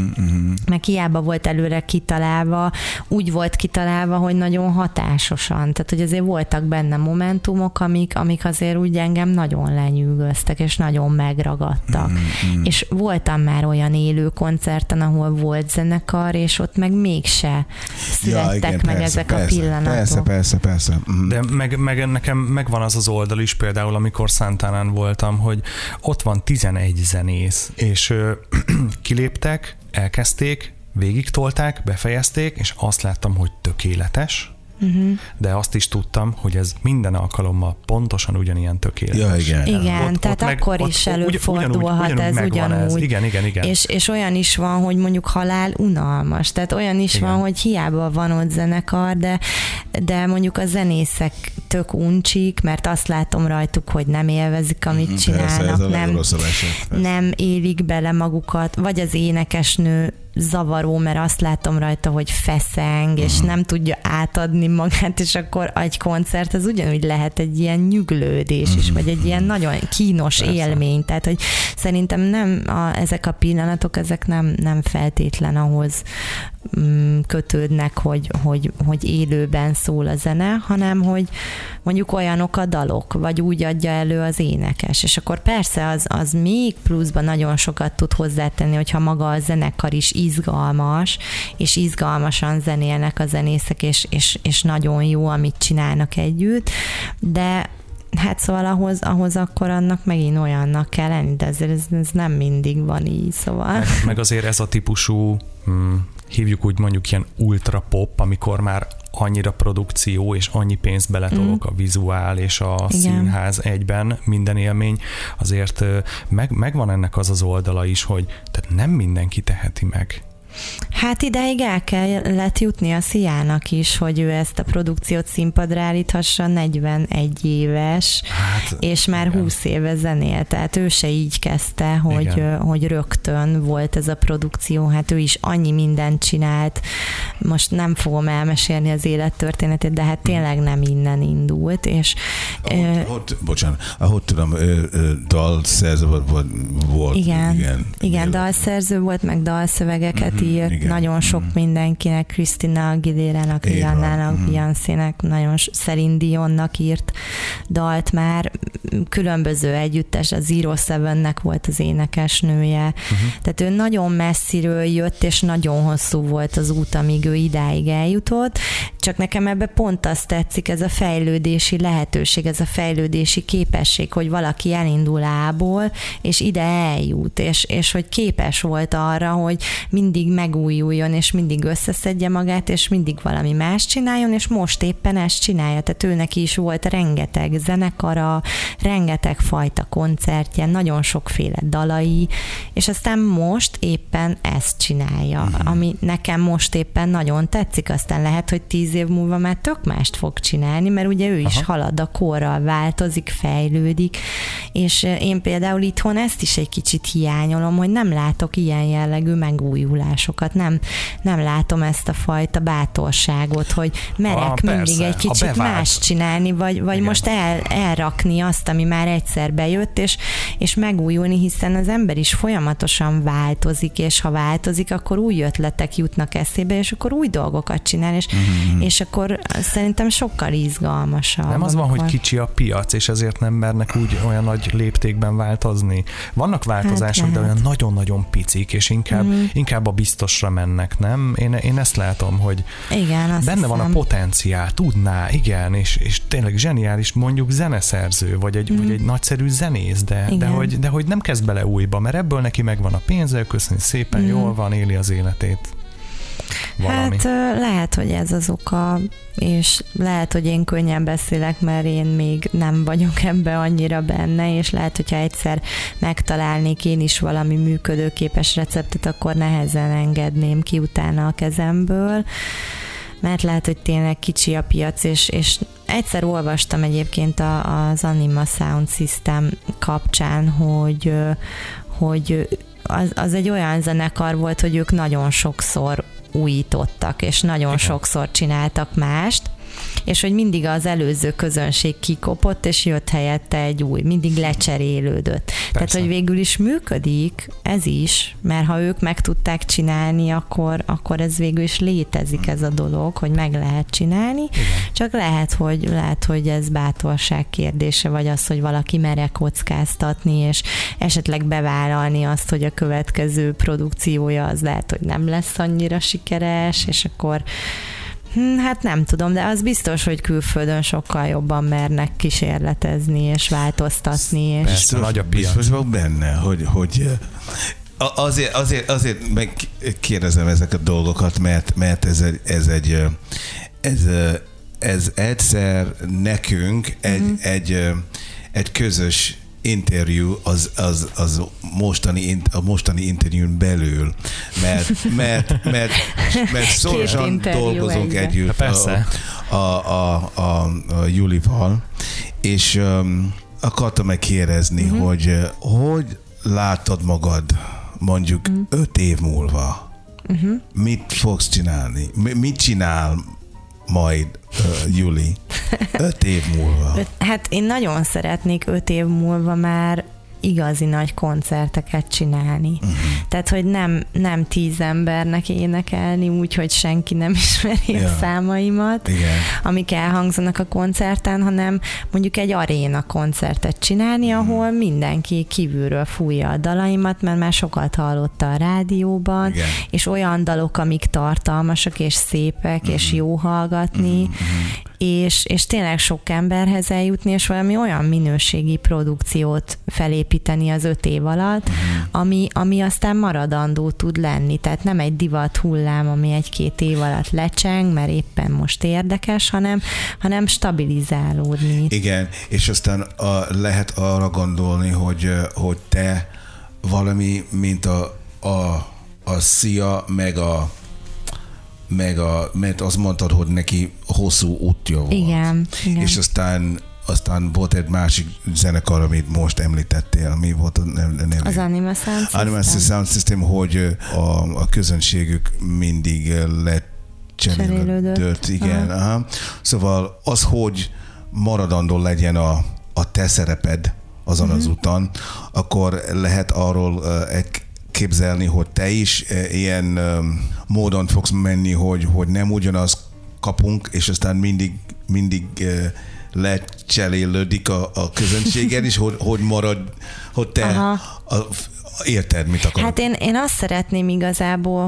S2: meg hiába volt előre kitalálva, úgy volt kitalálva, hogy nagyon hatásos. Tehát, hogy azért voltak benne momentumok, amik azért úgy engem nagyon lenyűgöztek, és nagyon megragadtak. És voltam már olyan élő koncerten, ahol volt zenekar, és ott meg mégse születtek meg ezek a pillanatok.
S3: Persze.
S1: De meg nekem megvan az oldal is, például amikor Santánán voltam, hogy ott van 11 zenész, és kiléptek, elkezdték, végigtolták, befejezték, és azt láttam, hogy tökéletes, de azt is tudtam, hogy ez minden alkalommal pontosan ugyanilyen tökéletes.
S2: Ja, igen. Tehát akkor is előfordulhat ez ugyanúgy.
S1: Igen.
S2: És olyan is van, hogy mondjuk halál unalmas. Tehát olyan is van, hogy hiába van ott zenekar, de mondjuk a zenészek tök uncsik, mert azt látom rajtuk, hogy nem élvezik, amit csinálnak, nem élik bele magukat, vagy az énekesnő zavaró, mert azt látom rajta, hogy feszeng, és nem tudja átadni magát, és akkor egy koncert az ugyanúgy lehet egy ilyen nyüglődés is, vagy egy ilyen nagyon kínos élmény. Tehát, hogy szerintem ezek a pillanatok, ezek nem feltétlen ahhoz kötődnek, hogy élőben szól a zene, hanem hogy mondjuk olyanok a dalok, vagy úgy adja elő az énekes. És akkor persze az még pluszban nagyon sokat tud hozzátenni, hogyha maga a zenekar is izgalmas, és izgalmasan zenélnek a zenészek, és nagyon jó, amit csinálnak együtt, de Hát szóval ahhoz akkor annak megint olyannak kell lenni, de ez nem mindig van így, szóval.
S1: Meg azért ez a típusú, hívjuk úgy mondjuk ilyen ultra pop, amikor már annyira produkció és annyi pénzt beletolok a vizuál és a színház egyben, minden élmény, azért megvan ennek az oldala is, hogy tehát nem mindenki teheti meg.
S2: Hát ideig el kellett jutni a Sziának is, hogy ő ezt a produkciót színpadra állíthassa, 41 éves, és már 20 éve zenél, tehát ő se így kezdte, hogy rögtön volt ez a produkció, hát ő is annyi mindent csinált, most nem fogom elmesélni az élettörténetét, de hát tényleg nem innen indult, és...
S3: ahogy tudom, dalszerző volt.
S2: Igen, dalszerző volt, meg dalszövegeket írt, nagyon sok mindenkinek, Christina Aguilera-nak, Rihannának, Beyoncé-nek, nagyon Celine Dionnak írt dalt már, különböző együttes, a Zero Seven-nek volt az énekesnője, tehát ő nagyon messziről jött, és nagyon hosszú volt az út, amíg ő idáig eljutott, csak nekem ebbe pont azt tetszik, ez a fejlődési lehetőség, ez a fejlődési képesség, hogy valaki elindul A-ból, és ide eljut, és hogy képes volt arra, hogy mindig megújuljon, és mindig összeszedje magát, és mindig valami más csináljon, és most éppen ezt csinálja. Tehát őnek is volt rengeteg zenekara, rengeteg fajta koncertje, nagyon sokféle dalai, és aztán most éppen ezt csinálja, ami nekem most éppen nagyon tetszik, aztán lehet, hogy 10 év múlva már tök mást fog csinálni, mert ugye ő is halad a korral, változik, fejlődik, és én például itthon ezt is egy kicsit hiányolom, hogy nem látok ilyen jellegű megújulásokat, nem látom ezt a fajta bátorságot, hogy merek mindig egy kicsit más csinálni, vagy most elrakni azt, ami már egyszer bejött, és megújulni, hiszen az ember is folyamatosan változik, és ha változik, akkor új ötletek jutnak eszébe, és akkor új dolgokat csinál, és akkor szerintem sokkal izgalmasabb.
S1: Nem az van, hogy kicsi a piac, és ezért nem mernek úgy olyan nagy léptékben változni. Vannak változások, de olyan nagyon-nagyon picik, és inkább a biztosra mennek, nem? Én ezt látom, hogy benne van a potenciál, tudná, igen, és tényleg zseniális mondjuk zeneszerző, vagy egy nagyszerű zenész, de hogy nem kezd bele újba, mert ebből neki megvan a pénze, köszönjük szépen, jól van, éli az életét. Valami.
S2: Hát lehet, hogy ez az oka, és lehet, hogy én könnyen beszélek, mert én még nem vagyok ebbe annyira benne, és lehet, hogyha egyszer megtalálnék én is valami működőképes receptet, akkor nehezen engedném ki utána a kezemből, mert lehet, hogy tényleg kicsi a piac, és egyszer olvastam egyébként az Anima Sound System kapcsán, hogy az egy olyan zenekar volt, hogy ők nagyon sokszor újítottak, és nagyon sokszor csináltak mást, és hogy mindig az előző közönség kikopott, és jött helyette egy új, mindig lecserélődött. Persze. Tehát, hogy végül is működik ez is, mert ha ők meg tudták csinálni, akkor ez végül is létezik ez a dolog, hogy meg lehet csinálni, csak lehet, hogy ez bátorság kérdése, vagy az, hogy valaki mere kockáztatni, és esetleg bevállalni azt, hogy a következő produkciója az lehet, hogy nem lesz annyira sikeres, és akkor hát nem tudom, de az biztos, hogy külföldön sokkal jobban mernek kísérletezni és változtatni. És
S3: persze, nagy a piac. Biztos vagyok benne, hogy azért megkérdezem ezeket a dolgokat, mert ez egyszer nekünk egy közös interjú az mostani interjún belül, mert szorosan dolgozunk együtt a Julival, és akartam megkérdezni, hogy látod magad mondjuk 5 év múlva? Mit fogsz csinálni? Mit csinál majd Juli 5 év múlva?
S2: Hát én nagyon szeretnék 5 év múlva már igazi nagy koncerteket csinálni. Tehát, hogy nem 10 embernek énekelni úgy, hogy senki nem ismeri a számaimat, amik elhangzanak a koncerten, hanem mondjuk egy aréna koncertet csinálni, ahol mindenki kívülről fújja a dalaimat, mert már sokat hallotta a rádióban, és olyan dalok, amik tartalmasak és szépek, és jó hallgatni, és tényleg sok emberhez eljutni, és valami olyan minőségi produkciót felépíteni az 5 év alatt, ami aztán maradandó tud lenni. Tehát nem egy divat hullám, ami 1-2 év alatt lecseng, mert éppen most érdekes, hanem stabilizálódni.
S3: Igen, és aztán lehet arra gondolni, hogy te valami, mint a Szia, mert azt mondtad, hogy neki hosszú útja volt.
S2: Igen.
S3: És aztán volt egy másik zenekar, amit most említettél, mi volt a neve?
S2: Az Anima Sound System.
S3: Anima Sound System, hogy a közönségük mindig lecserélődött. Igen. Aha. Szóval az, hogy maradandó legyen a te szereped azon az úton, akkor lehet arról képzelni, hogy te is ilyen módon fogsz menni, hogy nem ugyanaz kapunk, és aztán mindig lecserélődik a közönségen is, hogy marad, hogy te érted, mit akarod.
S2: Hát én azt szeretném igazából,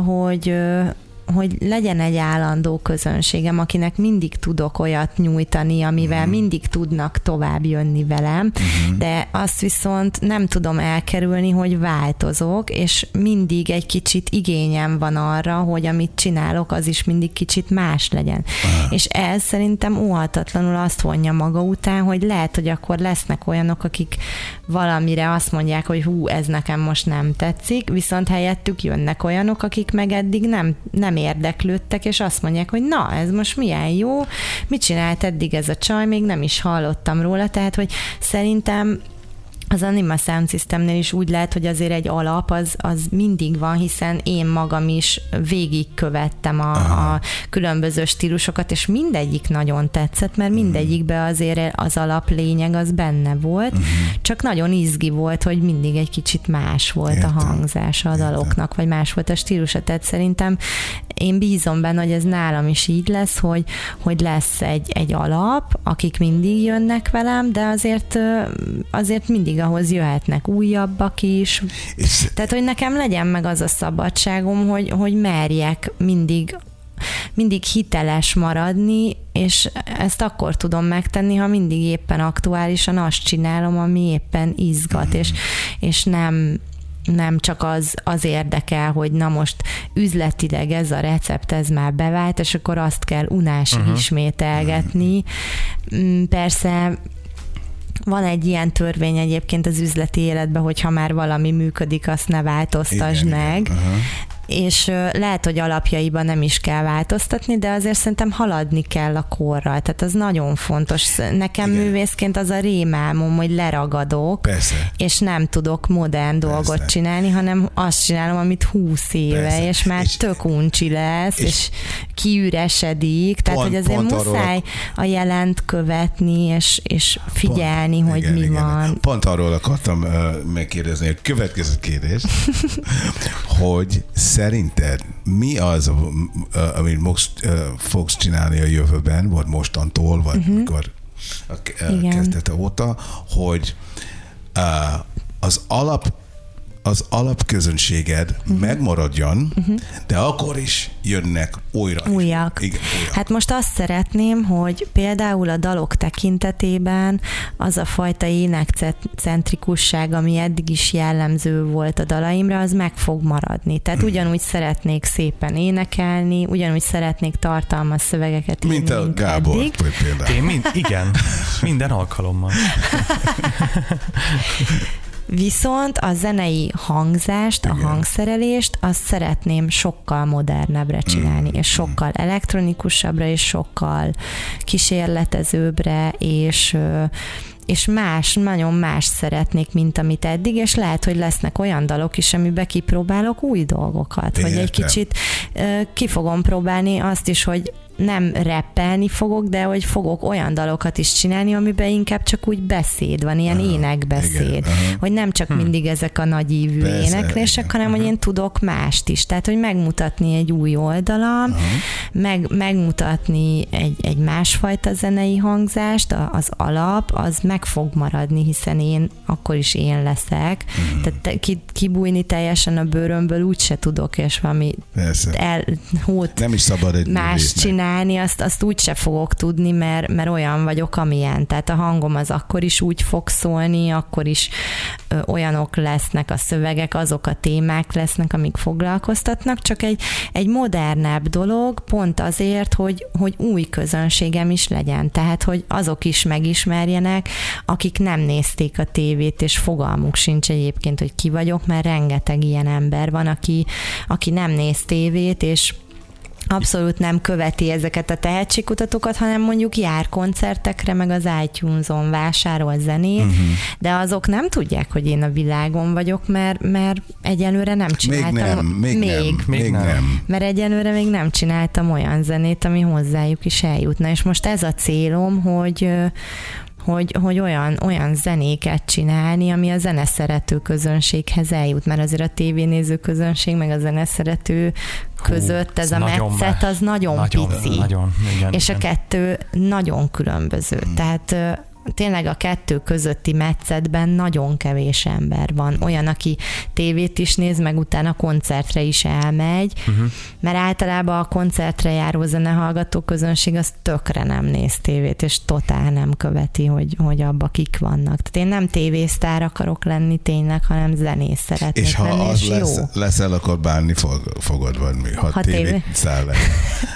S2: hogy legyen egy állandó közönségem, akinek mindig tudok olyat nyújtani, amivel mindig tudnak tovább jönni velem, de azt viszont nem tudom elkerülni, hogy változok, és mindig egy kicsit igényem van arra, hogy amit csinálok, az is mindig kicsit más legyen. És ez szerintem óhatatlanul azt vonja maga után, hogy lehet, hogy akkor lesznek olyanok, akik valamire azt mondják, hogy ez nekem most nem tetszik, viszont helyettük jönnek olyanok, akik meg eddig nem érdeklődtek, és azt mondják, hogy na, ez most milyen jó, mit csinált eddig ez a csaj, még nem is hallottam róla, tehát, hogy szerintem az Anima Sound Systemnél is úgy lehet, hogy azért egy alap az mindig van, hiszen én magam is végigkövettem a különböző stílusokat, és mindegyik nagyon tetszett, mert mindegyikben azért az alaplényeg az benne volt, csak nagyon izgi volt, hogy mindig egy kicsit más volt a hangzása a daloknak, vagy más volt a stílusa, tehát szerintem én bízom benne, hogy ez nálam is így lesz, hogy lesz egy alap, akik mindig jönnek velem, de azért mindig ahhoz jöhetnek újabbak is. Tehát, hogy nekem legyen meg az a szabadságom, hogy merjek mindig hiteles maradni, és ezt akkor tudom megtenni, ha mindig éppen aktuálisan azt csinálom, ami éppen izgat, és nem csak az érdekel, hogy na most üzletileg ez a recept, ez már bevált, és akkor azt kell unásig ismételgetni. Persze van egy ilyen törvény egyébként az üzleti életben, hogy ha már valami működik, azt ne változtasd meg. És lehet, hogy alapjaiban nem is kell változtatni, de azért szerintem haladni kell a korral. Tehát az nagyon fontos. Nekem művészként az a rémálmom, hogy leragadok, és nem tudok modern dolgot csinálni, hanem azt csinálom, amit 20 éve, és már tök uncsi lesz, és kiüresedik. Tehát, hogy azért muszáj a jelent követni, és figyelni, hogy mi van.
S3: Pont arról akartam megkérdezni, a következő kérdés, hogy szerinted mi az, amit most fogsz csinálni a jövőben, vagy mostantól, vagy mikor kezdete óta, hogy az alapközönséged megmaradjon, de akkor is jönnek újak. Igen,
S2: Hát most azt szeretném, hogy például a dalok tekintetében az a fajta énekcentrikusság, ami eddig is jellemző volt a dalaimra, az meg fog maradni. Tehát ugyanúgy szeretnék szépen énekelni, ugyanúgy szeretnék tartalmas szövegeket írni,
S3: mint a Gábor például.
S1: Igen, minden alkalommal.
S2: Viszont a zenei hangzást, a hangszerelést, azt szeretném sokkal modernebbre csinálni, és sokkal elektronikusabbra, és sokkal kísérletezőbbre, és nagyon más szeretnék, mint amit eddig, és lehet, hogy lesznek olyan dalok is, amiben kipróbálok új dolgokat, vagy egy kicsit ki fogom próbálni azt is, hogy nem rappelni fogok, de hogy fogok olyan dalokat is csinálni, amiben inkább csak úgy beszéd van, ilyen énekbeszéd. Hogy nem csak mindig ezek a nagyívű éneklések, hanem hogy én tudok mást is. Tehát, hogy megmutatni egy új oldalam, megmutatni egy másfajta zenei hangzást, az alap, az meg fog maradni, hiszen akkor is én leszek. Tehát kibújni teljesen a bőrömből úgyse tudok, és valami
S3: nem is szabad egy
S2: más csinálni, csinálni, azt úgyse fogok tudni, mert olyan vagyok, amilyen. Tehát a hangom az akkor is úgy fog szólni, akkor is olyanok lesznek a szövegek, azok a témák lesznek, amik foglalkoztatnak, csak egy modernebb dolog, pont azért, hogy új közönségem is legyen. Tehát, hogy azok is megismerjenek, akik nem nézték a tévét, és fogalmuk sincs egyébként, hogy ki vagyok, mert rengeteg ilyen ember van, aki nem néz tévét, és abszolút nem követi ezeket a tehetségkutatókat, hanem mondjuk jár koncertekre, meg az iTunes-on vásárol zenét, de azok nem tudják, hogy én a világon vagyok, mert egyelőre nem csináltam.
S3: Még nem.
S2: Mert egyelőre még nem csináltam olyan zenét, ami hozzájuk is eljutna. És most ez a célom, hogy olyan zenéket csinálni, ami a zeneszerető közönséghez eljut, mert azért a tévénéző közönség, meg a zeneszerető között ez a metszet, az nagyon pici.
S1: Igen,
S2: és a kettő nagyon különböző. Tehát tényleg a kettő közötti metszetben nagyon kevés ember van. Olyan, aki tévét is néz, meg utána koncertre is elmegy, mert általában a koncertre járó zenehallgató közönség az tökre nem néz tévét, és totál nem követi, hogy abba kik vannak. Tehát én nem tévésztár akarok lenni tényleg, hanem zenész szeretnék
S3: és
S2: lenni,
S3: ha az
S2: és
S3: leszel, akkor bánni fogod vagy mi, ha tévésztár lesz.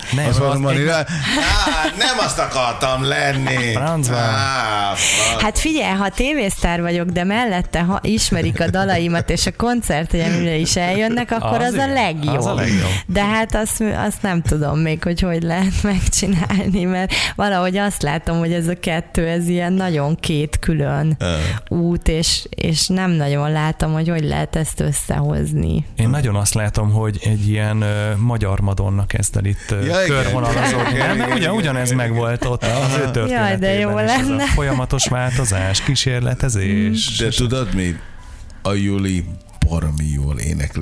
S3: Nem azt akartam lenni.
S2: Hát figyelj, ha tévésztár vagyok, de mellette ha ismerik a dalaimat, és a koncertjemre is eljönnek, akkor az a legjobb. De hát azt nem tudom még, hogy lehet megcsinálni, mert valahogy azt látom, hogy ez a kettő, ez ilyen nagyon két külön út, és nem nagyon látom, hogy lehet ezt összehozni.
S1: Én nagyon azt látom, hogy egy ilyen magyar Madonna kezd el itt körvonalazódni. Mert ugyanez megvolt ott az ő történetében.
S2: Jaj, de jó lenne.
S1: Folyamatos változás, kísérletezés.
S3: De tudod mi? A Juli baromi jól énekli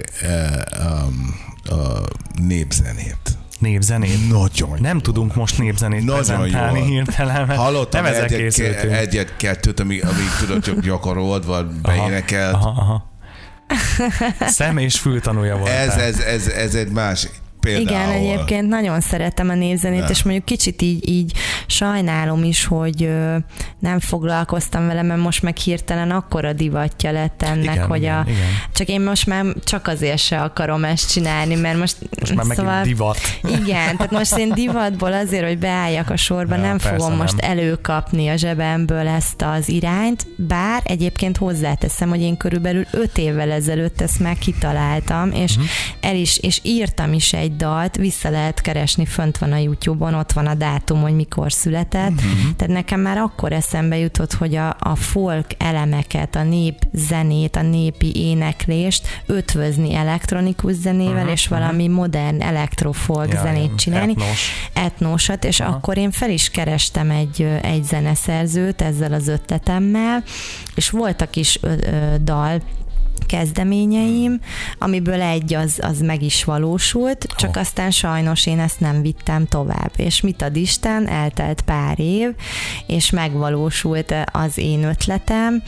S3: a népzenét.
S1: Népzenét?
S3: Nagyon
S1: nem tudunk most népzenét prezentálni hirtelen, mert
S3: hallottam
S1: nem ezzel készültünk.
S3: Egyet-kettőt, amíg tudod, csak gyakorolt, vagy beénekelt.
S1: Aha. Szem és fültanúja volt.
S3: Ez egy másik. Például.
S2: Igen, egyébként nagyon szeretem a népzenét, és mondjuk kicsit így sajnálom is, hogy nem foglalkoztam vele, mert most meg hirtelen akkora divatja lett ennek,
S1: igen,
S2: hogy
S1: igen.
S2: csak én most már csak azért se akarom ezt csinálni, mert most
S1: már megint divat.
S2: Igen, tehát most én divatból azért, hogy beálljak a sorba, nem fogom most előkapni a zsebemből ezt az irányt, bár egyébként hozzáteszem, hogy én körülbelül 5 évvel ezelőtt ezt már kitaláltam, és írtam is egy dalt, vissza lehet keresni, fönt van a YouTube-on, ott van a dátum, hogy mikor született. Tehát nekem már akkor eszembe jutott, hogy a folk elemeket, a népzenét, a népi éneklést ötvözni elektronikus zenével, és valami modern elektrofolk zenét csinálni. Etnosat, és akkor én fel is kerestem egy zeneszerzőt ezzel az ötletemmel, és voltak is dal kezdeményeim, amiből egy az meg is valósult, csak aztán sajnos én ezt nem vittem tovább. És mit ad Isten, eltelt pár év, és megvalósult az én ötletem.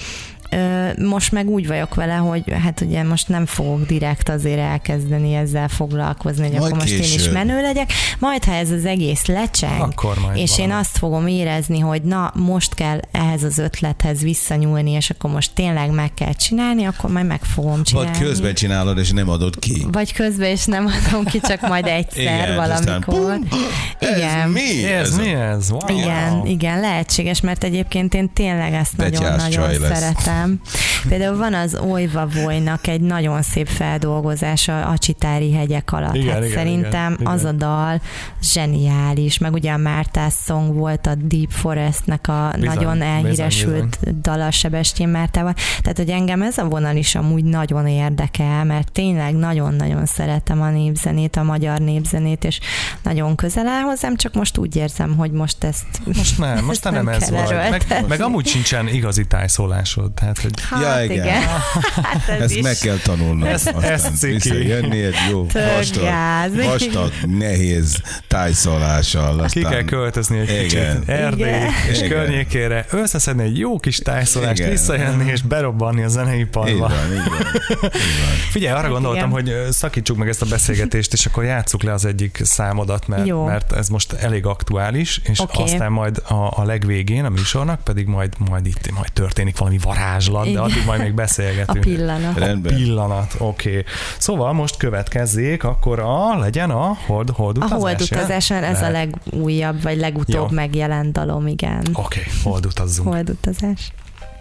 S2: Most meg úgy vagyok vele, hogy hát ugye most nem fogok direkt azért elkezdeni ezzel foglalkozni, hogy akkor most én is menő legyek. Majd, ha ez az egész lecseng, és én azt fogom érezni, hogy na, most kell ehhez az ötlethez visszanyúlni, és akkor most tényleg meg kell csinálni, akkor majd meg fogom csinálni.
S3: Vagy közben csinálod, és nem adod ki.
S2: Vagy közben, és nem adom ki, csak majd egyszer igen, valamikor.
S3: Igen.
S1: Ez mi ez?
S2: Wow. Igen, lehetséges, mert egyébként én tényleg ezt nagyon-nagyon szeretem. Például van az Olyva Volynak egy nagyon szép feldolgozása a Csitári hegyek alatt. Igen, szerintem igen. Az a dal zseniális, meg ugye a Mártás Song volt a Deep Forestnek a nagyon elhíresült dala Sebestyén Mártával. Tehát, hogy engem ez a vonal is amúgy nagyon érdekel, mert tényleg nagyon-nagyon szeretem a népzenét, a magyar népzenét, és nagyon közel áll hozzám, csak most úgy érzem, hogy most ezt
S1: most nem ez vagy. Meg amúgy sincsen igazi tájszólásod. Tehát, hogy...
S3: igen.
S2: Hát
S3: ezt meg kell tanulnom.
S1: Ez
S3: visszajönni egy jó vastag, nehéz tájszalással.
S1: Ki kell költözni egy kicsit Erdély és környékére, összeszedni egy jó kis tájszalást, visszajönni és berobbanni a zeneiparba.
S3: Így van.
S1: Figyelj, arra gondoltam, hogy szakítsuk meg ezt a beszélgetést, és akkor játsszuk le az egyik számodat, mert ez most elég aktuális, és aztán majd a legvégén a műsornak pedig majd történik valami varázslat, de addig majd még beszélgetünk.
S2: A
S1: pillanat, oké. Szóval most következzék, akkor legyen a holdutazás.
S2: A holdutazáson ez a legújabb, vagy legutóbb megjelent dalom, igen.
S1: Oké, holdutazzunk.
S2: Holdutazás.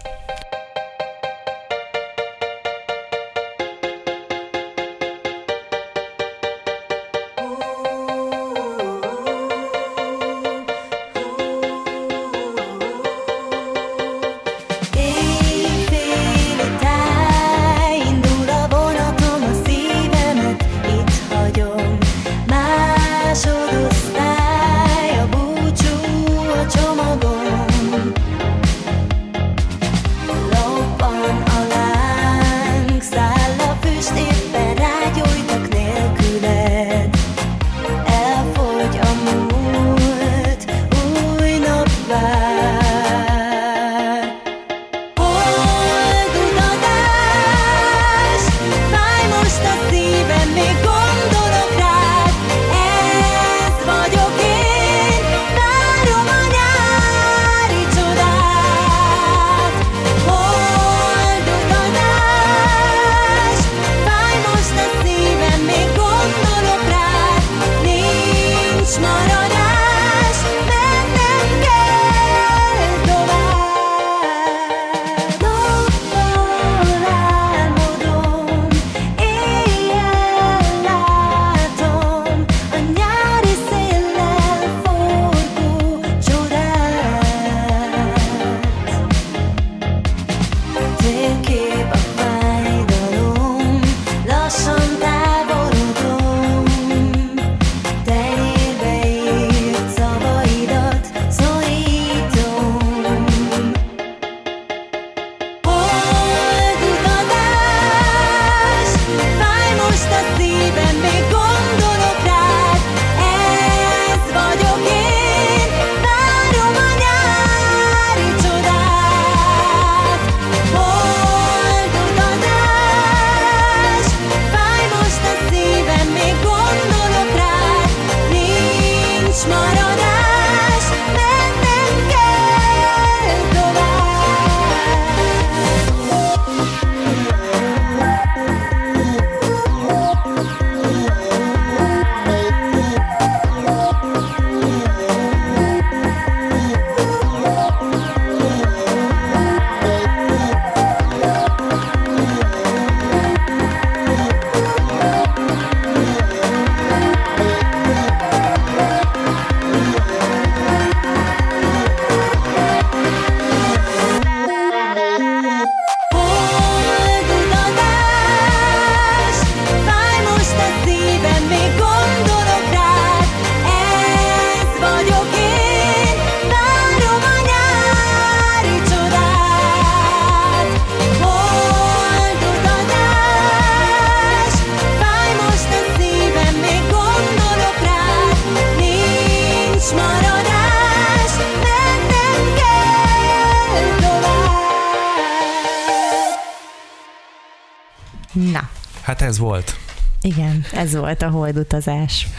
S2: Na.
S1: Hát ez volt.
S2: Igen, ez volt a holdutazás.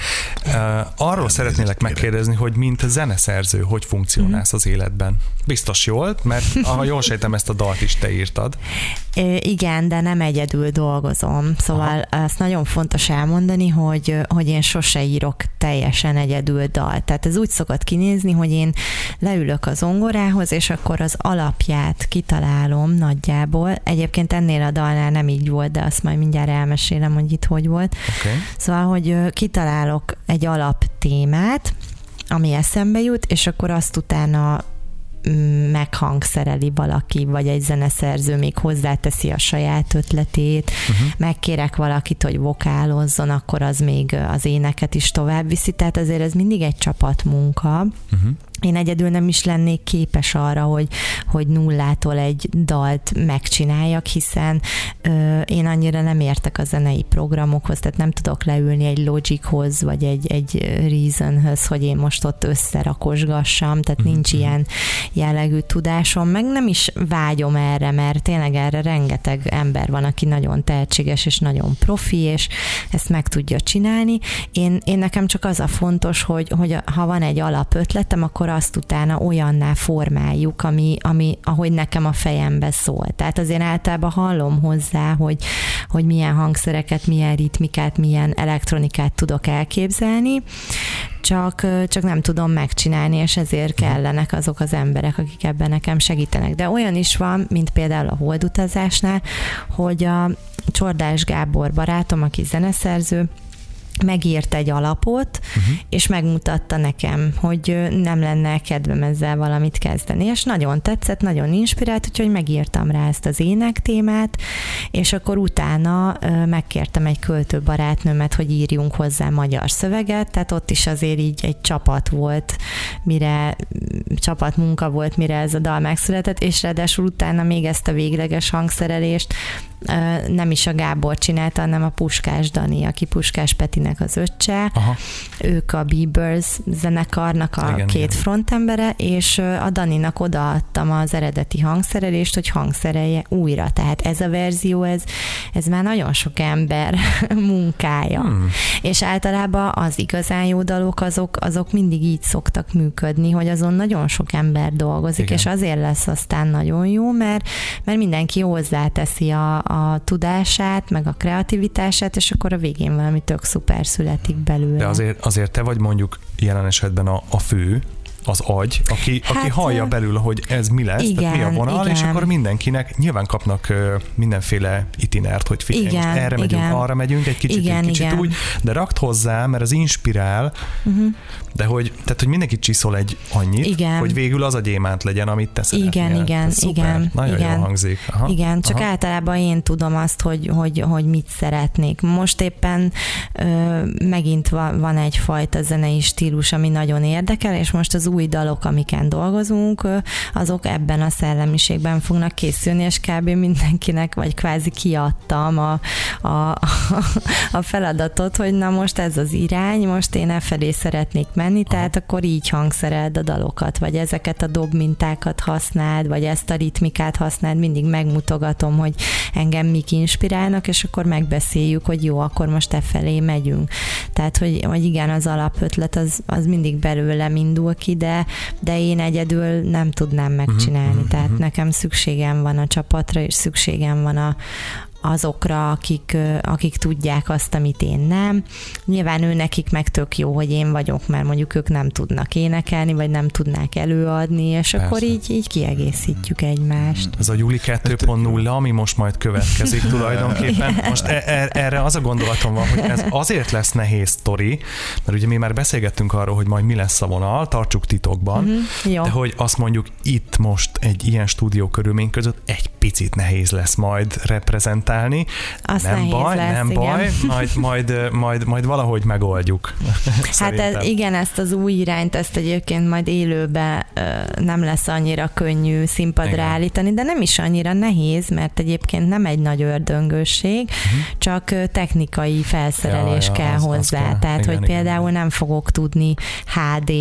S1: Arról szeretnélek megkérdezni, hogy mint zeneszerző, hogy funkcionálsz az életben? Biztos jól, mert ha jól sejtem, ezt a dalt is te írtad.
S2: Igen, de nem egyedül dolgozom. Szóval azt nagyon fontos elmondani, hogy én sose írok teljesen egyedül dalt. Tehát ez úgy szokott kinézni, hogy én leülök az zongorához, és akkor az alapját kitalálom nagyjából. Egyébként ennél a dalnál nem így volt, de azt majd mindjárt elmesélem, hogy itt hogy volt.
S1: Okay.
S2: Szóval, hogy kitalálok egy alaptémát, ami eszembe jut, és akkor azt utána meghangszereli valaki, vagy egy zeneszerző még hozzáteszi a saját ötletét, megkérek valakit, hogy vokálozzon, akkor az még az éneket is tovább viszi, tehát azért ez mindig egy csapatmunka, én egyedül nem is lennék képes arra, hogy nullától egy dalt megcsináljak, hiszen én annyira nem értek a zenei programokhoz, tehát nem tudok leülni egy Logichoz, vagy egy Reasonhöz, hogy én most ott összerakosgassam, tehát nincs ilyen jellegű tudásom, meg nem is vágyom erre, mert tényleg erre rengeteg ember van, aki nagyon tehetséges és nagyon profi, és ezt meg tudja csinálni. Én nekem csak az a fontos, hogy ha van egy alapötletem, akkor azt utána olyanná formáljuk, ahogy nekem a fejembe szól. Tehát azért általában hallom hozzá, hogy milyen hangszereket, milyen ritmikát, milyen elektronikát tudok elképzelni, csak nem tudom megcsinálni, és ezért kellenek azok az emberek, akik ebben nekem segítenek. De olyan is van, mint például a Holdutazásnál, hogy a Csordás Gábor barátom, aki zeneszerző, megírt egy alapot, és megmutatta nekem, hogy nem lenne kedvem ezzel valamit kezdeni. És nagyon tetszett, nagyon inspirált, úgyhogy megírtam rá ezt az énektémát, és akkor utána megkértem egy költőbarátnőmet, hogy írjunk hozzá magyar szöveget, tehát ott is azért így egy csapatmunka volt, mire ez a dal megszületett, és ráadásul utána még ezt a végleges hangszerelést nem is a Gábor csinálta, hanem a Puskás Dani, aki Puskás Petinek az öccse. Aha. Ők a Bieber's zenekarnak a két frontembere, és a Daninak odaadtam az eredeti hangszerelést, hogy hangszerelje újra. Tehát ez a verzió, ez már nagyon sok ember munkája. És általában az igazán jó dalok, azok mindig így szoktak működni, hogy azon nagyon sok ember dolgozik, igen. És azért lesz aztán nagyon jó, mert mindenki hozzáteszi a tudását, meg a kreativitását, és akkor a végén valami tök szuper születik belőle.
S1: De azért te vagy mondjuk jelen esetben a fő, az agy, aki hallja belül, hogy ez mi lesz, igen, tehát mi a vonal, igen. És akkor mindenkinek nyilván kapnak mindenféle itinert, hogy figyelj, most erre megyünk, arra megyünk, egy kicsit úgy, de rakd hozzá, mert az inspirál, de hogy mindenki csiszol egy annyit, igen. Hogy végül az a gyémánt legyen, amit te szeretnél. Igen. Nagyon jól hangzik. Aha.
S2: Igen, csak általában én tudom azt, hogy mit szeretnék. Most éppen megint van egyfajta zenei stílus, ami nagyon érdekel, és most az új dalok, amiken dolgozunk, azok ebben a szellemiségben fognak készülni, és kb. Mindenkinek, vagy kvázi kiadtam a feladatot, hogy na most ez az irány, most én e felé szeretnék menni, tehát akkor így hangszereld a dalokat, vagy ezeket a dobmintákat használd, vagy ezt a ritmikát használd, mindig megmutogatom, hogy engem mik inspirálnak, és akkor megbeszéljük, hogy jó, akkor most e felé megyünk. Tehát, hogy igen, az alapötlet az mindig belőlem indul ki, de én egyedül nem tudnám megcsinálni. Tehát nekem szükségem van a csapatra, és szükségem van azokra, akik tudják azt, amit én nem. Nyilván nekik meg tök jó, hogy én vagyok, mert mondjuk ők nem tudnak énekelni, vagy nem tudnák előadni, és persze. Akkor így kiegészítjük egymást.
S1: Ez a Juli 2.0, ami most majd következik tulajdonképpen. Most erre az a gondolatom van, hogy ez azért lesz nehéz sztori, mert ugye mi már beszélgettünk arról, hogy majd mi lesz a vonal, tartsuk titokban, de hogy azt mondjuk itt most egy ilyen stúdió körülmény között egy picit nehéz lesz majd reprezentálni.
S2: Azt
S1: nem baj, majd valahogy megoldjuk.
S2: Hát ezt az új irányt, ezt egyébként majd élőben nem lesz annyira könnyű színpadra állítani, de nem is annyira nehéz, mert egyébként nem egy nagy ördöngösség, csak technikai felszerelés kell hozzá. Tehát, hogy például nem fogok tudni HD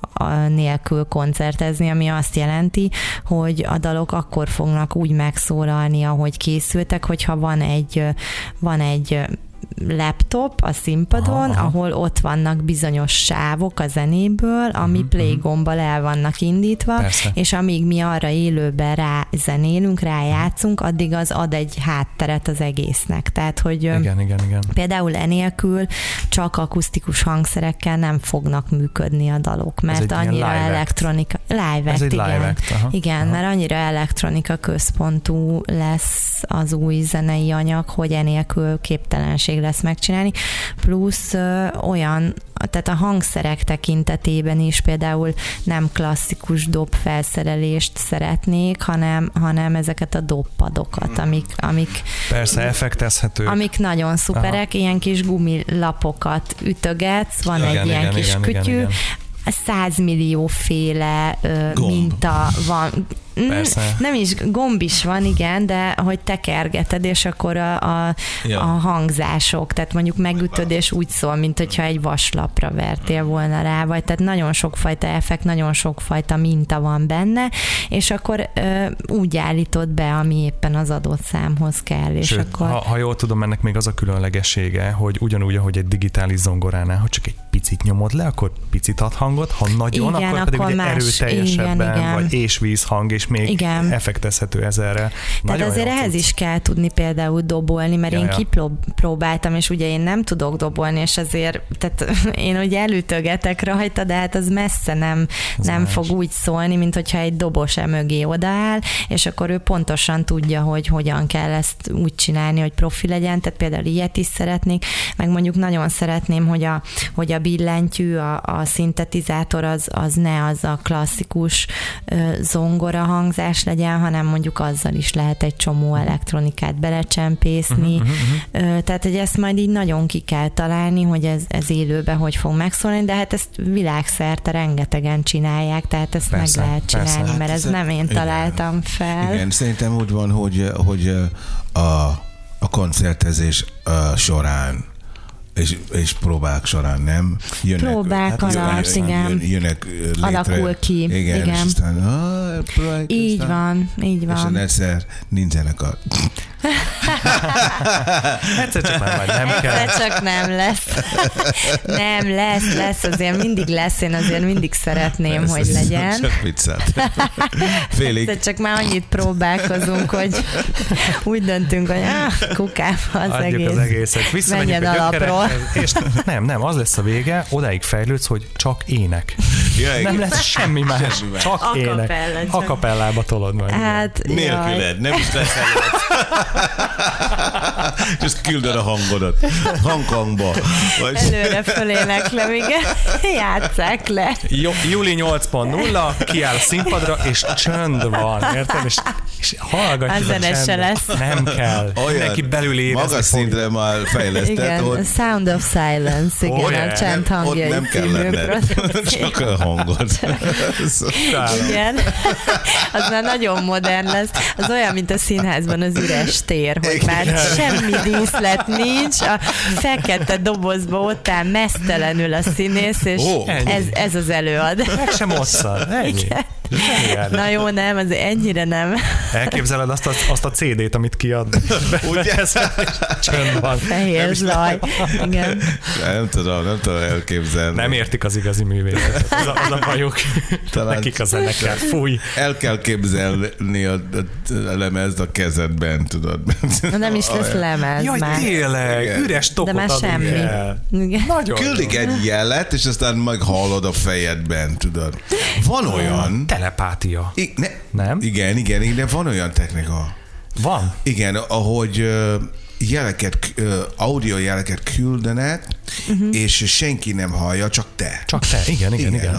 S2: nélkül koncertezni, ami azt jelenti, hogy a dalok akkor fognak úgy megszólalni, ahogy készültek, hogyha van egy laptop a színpadon, ahol ott vannak bizonyos sávok a zenéből, ami play gombbal el vannak indítva, persze. És amíg mi arra élőben rázenélünk, rájátszunk, addig az ad egy hátteret az egésznek. Tehát, hogy
S1: igen.
S2: Például enélkül csak akusztikus hangszerekkel nem fognak működni a dalok, mert annyira elektronika... Live act, igen. Igen, mert annyira elektronika központú lesz az új zenei anyag, hogy enélkül képtelenség lesz megcsinálni, plusz tehát a hangszerek tekintetében is például nem klasszikus dob felszerelést szeretnék, hanem ezeket a dobpadokat, amik
S1: persze effektezhetők.
S2: Amik nagyon szuperek, ilyen kis gumilapokat ütögetsz, van egy ilyen kis kütyű, 100 millióféle minta van.
S1: Persze.
S2: Nem is, gomb is van, igen, de hogy tekergeted, és akkor a hangzások, tehát mondjuk megütöd, és úgy szól, mint hogyha egy vaslapra vertél volna rá, vagy tehát nagyon sokfajta effekt, nagyon sokfajta minta van benne, és akkor úgy állítod be, ami éppen az adott számhoz kell. És
S1: sőt,
S2: akkor...
S1: ha jól tudom, ennek még az a különlegessége, hogy ugyanúgy, ahogy egy digitális zongoránál, ha csak egy picit nyomod le, akkor picit ad hangot, ha nagyon,
S2: igen,
S1: akkor pedig ugye erőteljesebben,
S2: igen.
S1: vagy és-vízhang, és még igen. effektezhető ezerre.
S2: Tehát azért ehhez is kell tudni például dobolni, mert én kipróbáltam, és ugye én nem tudok dobolni, és azért, tehát én ugye elütögetek rajta, de hát az messze nem fog úgy szólni, mint hogyha egy dobos mögé odaáll, és akkor ő pontosan tudja, hogy hogyan kell ezt úgy csinálni, hogy profi legyen, tehát például ilyet is szeretnék, meg mondjuk nagyon szeretném, hogy a billentyű, a szintetizátor az ne az a klasszikus zongora hangzás legyen, hanem mondjuk azzal is lehet egy csomó elektronikát belecsempészni. Tehát, hogy ezt majd így nagyon ki kell találni, hogy ez élőben hogy fog megszólni, de hát ezt világszerte rengetegen csinálják, tehát ezt persze, meg lehet csinálni, mert ez nem én találtam fel.
S3: Igen, szerintem úgy van, hogy a koncertezés során és próbák során, nem?
S2: Próbák alatt, igen.
S3: Jönnek létre.
S2: Alakul ki.
S3: Igen. És aztán,
S2: így van.
S3: És egyszer nincsenek a...
S1: Egyszer csak már nem kell.
S2: Egyszer csak nem lesz. Nem, lesz, azért mindig lesz, én azért mindig szeretném, hogy legyen.
S3: Csak viccelt. Félig.
S2: Egyszer csak már annyit próbálkozunk, hogy úgy döntünk, hogy kukába az
S1: adjuk
S2: egész.
S1: Az egészet.
S2: Menjen alapról.
S1: És nem, az lesz a vége, odáig fejlődsz, hogy csak ének.
S3: Ja,
S1: nem lesz semmi más, csak ének. Akapellába tolod majd.
S2: Hát,
S3: nélküled, nem is lesz és ezt küldöd a hangodat. Hangba.
S2: Előre föléneklem, igen. Játsszák le.
S1: Júli 8.0, kiáll a színpadra, és csönd van, érted? És hallgatjuk a
S2: zenese lesz.
S1: Nem kell.
S3: Olyan
S1: neki belül érezni
S3: magas szintre már fejlesztett.
S2: Igen,
S3: hogy...
S2: Sound of Silence, igen, a csend hangja.
S3: Ott nem kellene, csak a hangot.
S2: Igen, az már nagyon modern lesz. Az olyan, mint a színházban az üres tér, hogy már semmi díszlet nincs, a fekete dobozba ott áll mesztelenül a színész, és ez az előad.
S1: Meg sem osszal, ennyi.
S2: Na jó, nem, az ennyire nem.
S1: Elképzeled azt a CD-t, amit kiad.
S3: Ugye?
S1: Csönd van.
S2: Fehér zaj. Igen.
S3: Nem tudom elképzelni.
S1: Nem értik az igazi művészetet. Az a bajuk. Nekik a zene kell. Fúj.
S3: El kell képzelni a lemezt a kezedben, tudod.
S2: Nem is lesz lemez
S1: jaj,
S2: már.
S1: Tényleg,
S3: igen.
S1: üres tokot
S2: de már semmi.
S1: Igen. Nagyon
S3: küldik egy jelet, és aztán meg hallod a fejedben, tudod. Van olyan...
S1: Telepátia. Nem?
S3: Igen, de van olyan technika.
S1: Van?
S3: Igen, ahogy audio jeleket küldenek, és senki nem hallja, csak te.
S1: Csak te, igen.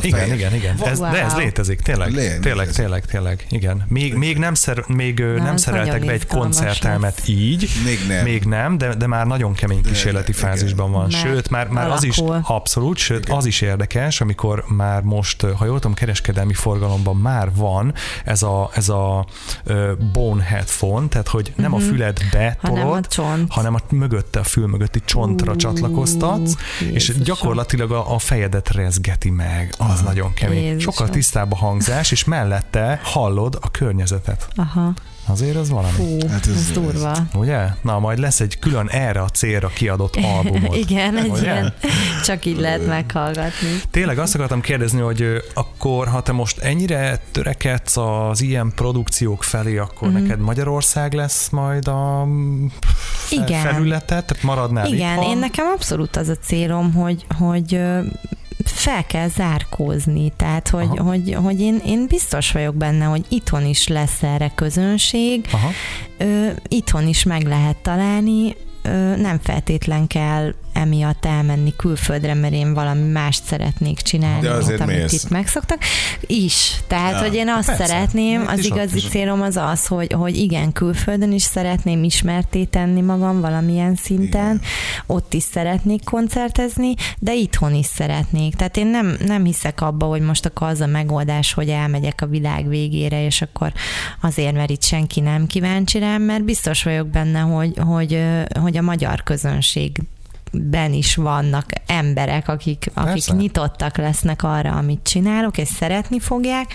S1: De ez létezik, tényleg. Igen. Még nem szereltek be egy koncertelmet így.
S3: Még
S1: nem, de már nagyon kemény kísérleti fázisban van. Sőt, már az is abszolút, sőt, az is érdekes, amikor már most, ha jól tudom, kereskedelmi forgalomban már van ez a bone headphone, tehát hogy nem a füledbe tolod, hanem a mögötte, a fül mögötti csontra csatlakoztatsz, és gyakorlatilag a fejedet rezgeti meg. Az nagyon kemény.
S2: Jézusom.
S1: Sokkal tisztább a hangzás, és mellette hallod a környezetet.
S2: Aha.
S1: Azért az valami.
S2: Fú, hát ez durva.
S1: Ugye? Na, majd lesz egy külön erre a célra kiadott albumod.
S2: Igen, egy ilyen. Csak így lehet meghallgatni.
S1: Tényleg azt akartam kérdezni, hogy akkor, ha te most ennyire törekedsz az ilyen produkciók felé, akkor neked Magyarország lesz majd a felületet? Tehát maradnál
S2: igen,
S1: itthon?
S2: én nekem abszolút az a célom, hogy fel kell zárkózni, tehát hogy én biztos vagyok benne, hogy itthon is lesz erre közönség, itthon is meg lehet találni, nem feltétlen kell emiatt elmenni külföldre, mert én valami mást szeretnék csinálni, amit itt megszoktak. Tehát, hogy én azt szeretném, az igazi célom az, hogy igen, külföldön is szeretném ismerté tenni magam valamilyen szinten, igen. Ott is szeretnék koncertezni, de itthon is szeretnék. Tehát én nem hiszek abba, hogy most akkor az a megoldás, hogy elmegyek a világ végére, és akkor azért, mert itt senki nem kíváncsi rám, mert biztos vagyok benne, hogy a magyar közönségben is vannak emberek, akik nyitottak lesznek arra, amit csinálok, és szeretni fogják.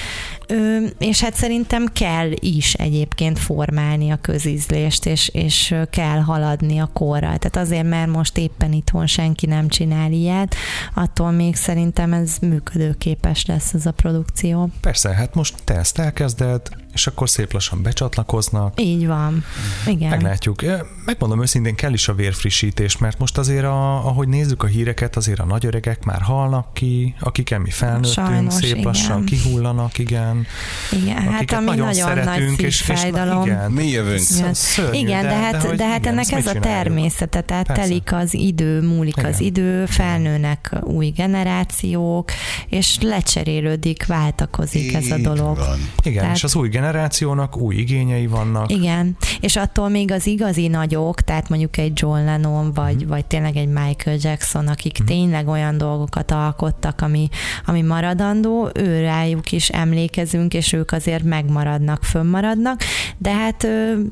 S2: És hát szerintem kell is egyébként formálni a közízlést, és kell haladni a korral. Tehát azért, mert most éppen itthon senki nem csinál ilyet, attól még szerintem ez működőképes lesz ez a produkció.
S1: Persze, hát most te ezt elkezded, és akkor szép lassan becsatlakoznak.
S2: Így van. Igen.
S1: Meglátjuk. Megmondom őszintén, kell is a vérfrissítés, mert most azért, ahogy nézzük a híreket, azért a nagyöregek már halnak ki, akik mi felnőttünk,
S2: sajnos,
S1: szép lassan kihullanak, igen.
S2: Igen, hát ami nagyon szeretünk, nagy szívfájdalom.
S3: Mi jövünk.
S1: Szörnyű,
S2: igen, de hát ennek ez a természete, tehát telik az idő, múlik az idő, felnőnek új generációk, és lecserélődik, váltakozik ez a dolog.
S1: Igen, tehát, és az új generációnak új igényei vannak.
S2: Igen, és attól még az igazi nagyok, tehát mondjuk egy John Lennon, vagy tényleg egy Michael Jackson, akik tényleg olyan dolgokat alkottak, ami maradandó, rájuk is emlékezünk, és ők azért megmaradnak, fönnmaradnak, de hát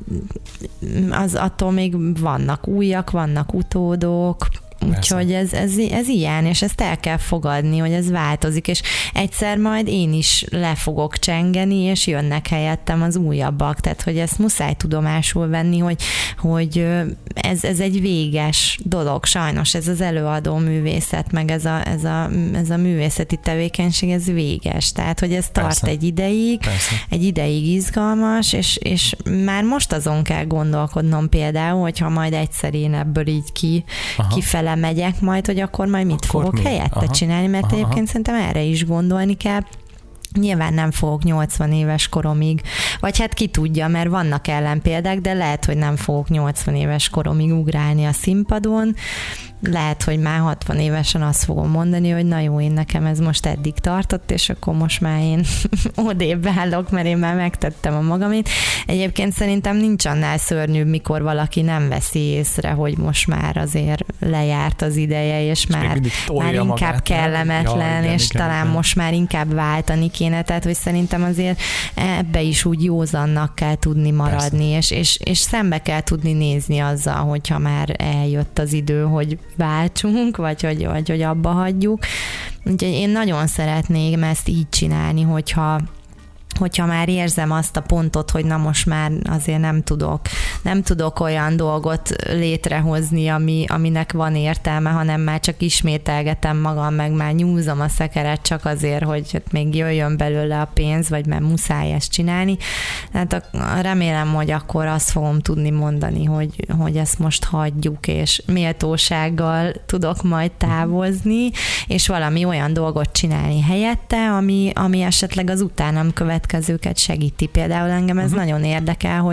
S2: az attól még vannak újak, vannak utódok, úgyhogy ez ilyen, és ezt el kell fogadni, hogy ez változik, és egyszer majd én is le fogok csengeni, és jönnek helyettem az újabbak, tehát hogy ezt muszáj tudomásul venni, hogy ez egy véges dolog, sajnos ez az előadó művészet, meg ez a művészeti tevékenység, ez véges, tehát hogy ez tart egy ideig izgalmas, és már most azon kell gondolkodnom például, hogyha majd egyszer én ebből így kifele megyek majd, hogy akkor majd mit fogok helyette csinálni, mert egyébként szerintem erre is gondolni kell. Nyilván nem fogok 80 éves koromig, vagy hát ki tudja, mert vannak ellenpéldák, de lehet, hogy nem fogok 80 éves koromig ugrálni a színpadon, lehet, hogy már 60 évesen azt fogom mondani, hogy na jó, én nekem ez most eddig tartott, és akkor most már én odébb állok, mert én már megtettem a magamét. Egyébként szerintem nincs annál szörnyűbb, mikor valaki nem veszi észre, hogy most már azért lejárt az ideje, és már inkább magát, kellemetlen, és talán most már inkább váltani kéne, tehát hogy szerintem azért ebbe is úgy józannak kell tudni maradni, és szembe kell tudni nézni azzal, hogyha már eljött az idő, hogy váltsunk, vagy hogy abba hagyjuk. Úgyhogy én nagyon szeretnék ezt így csinálni, hogyha már érzem azt a pontot, hogy na most már azért nem tudok olyan dolgot létrehozni, aminek van értelme, hanem már csak ismételgetem magam, meg már nyúzom a szekeret csak azért, hogy még jöjjön belőle a pénz, vagy már muszáj ezt csinálni. Hát remélem, hogy akkor azt fogom tudni mondani, hogy ezt most hagyjuk, és méltósággal tudok majd távozni, és valami olyan dolgot csinálni helyette, ami esetleg az utánam következőket segíti. Például engem ez nagyon érdekel,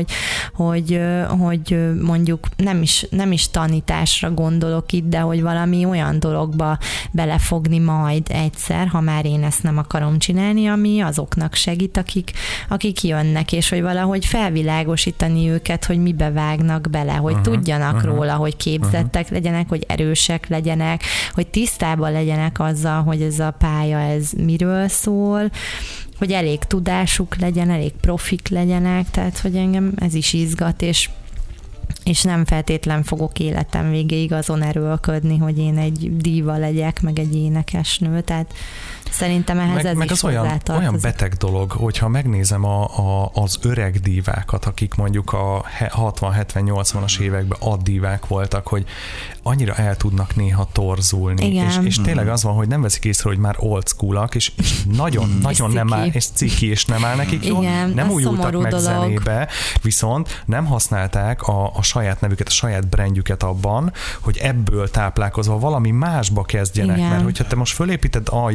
S2: hogy mondjuk nem is tanításra gondolok itt, de hogy valami olyan dologba belefogni majd egyszer, ha már én ezt nem akarom csinálni, ami azoknak segít, akik jönnek, és hogy valahogy felvilágosítani őket, hogy mibe vágnak bele, hogy tudjanak róla, hogy képzettek legyenek, hogy erősek legyenek, hogy tisztában legyenek azzal, hogy ez a pálya, ez miről szól, hogy elég tudásuk legyen, elég profik legyenek, tehát hogy engem ez is izgat, és nem feltétlen fogok életem végéig azon erőlködni, hogy én egy díva legyek, meg egy énekesnő, tehát szerintem ehhez ez
S1: meg
S2: is
S1: az olyan beteg dolog, hogyha megnézem az öreg dívákat, akik mondjuk a 60-70-80-as években addívák voltak, hogy annyira el tudnak néha torzulni, és tényleg az van, hogy nem veszik észre, hogy már old school-ak, és nagyon nem áll, és ciki, és nem áll nekik jól, nem újultak meg zenébe, viszont nem használták a saját nevüket, a saját brandjüket abban, hogy ebből táplálkozva valami másba kezdjenek, mert hogyha te most fölépíted a Júli brand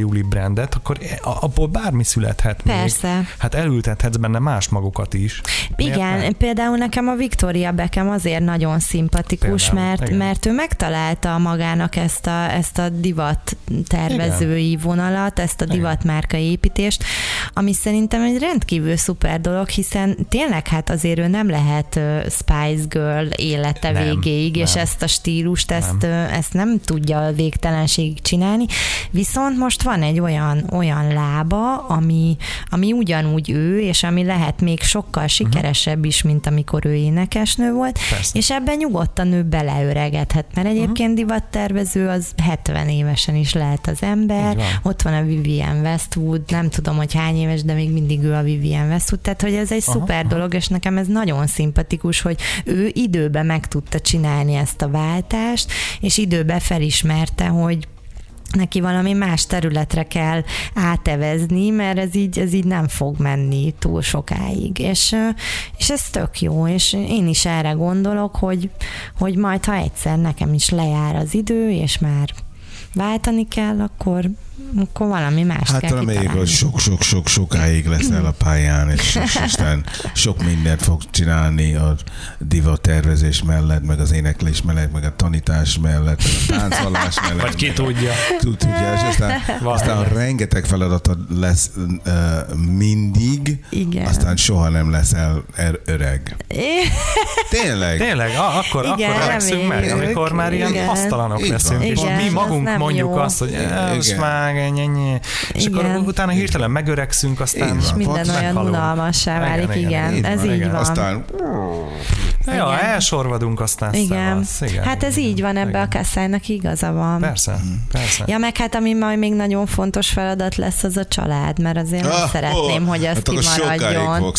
S1: trendet, akkor abból bármi születhet még.
S2: Persze.
S1: Hát elültethetsz benne más magokat is.
S2: Igen, például nekem a Victoria Beckham azért nagyon szimpatikus, mert ő megtalálta magának ezt a divat tervezői vonalat, ezt a divatmárka építést, ami szerintem egy rendkívül szuper dolog, hiszen tényleg hát azért ő nem lehet Spice Girl élete végéig, és ezt a stílust, ezt nem tudja a végtelenségig csinálni, viszont most van egy olyan lába, ami ugyanúgy ő, és ami lehet még sokkal sikeresebb is, mint amikor ő énekesnő volt, és ebben nyugodtan ő beleöregedhet, mert egyébként divattervező az 70 évesen is lehet az ember, ott van a Vivienne Westwood, nem tudom, hogy hány éves, de még mindig ő a Vivienne Westwood, tehát hogy ez egy szuper dolog, és nekem ez nagyon szimpatikus, hogy ő időben meg tudta csinálni ezt a váltást, és időben felismerte, hogy neki valami más területre kell átevezni, mert ez így nem fog menni túl sokáig. És ez tök jó, és én is erre gondolok, hogy majd, ha egyszer nekem is lejár az idő, és már váltani kell, akkor valami más kell kitalálni.
S3: Hát reméljük, hogy sokáig leszel a pályán, és aztán sok mindent fog csinálni a divat tervezés mellett, meg az éneklés mellett, meg a tanítás mellett, meg a táncolás mellett.
S1: Vagy ki tudja.
S3: Tudja, és aztán rengeteg feladatod lesz mindig, aztán soha nem leszel öreg. Tényleg?
S1: Tényleg? Akkor öregszünk meg, amikor már ilyen asztalanok leszünk, és mi magunk mondjuk azt, hogy most már és akkor utána hirtelen megöregszünk, aztán
S2: és minden olyan unalmassá válik, igen. Ez így van.
S3: Aztán
S1: elsorvadunk, aztán
S2: szevasz. Hát ez így van, ebbe a Kasszálynak igaza van.
S1: Persze.
S2: Ja, meg hát ami majd még nagyon fontos feladat lesz, az a család, mert azért nem szeretném, hogy az kimaradjon.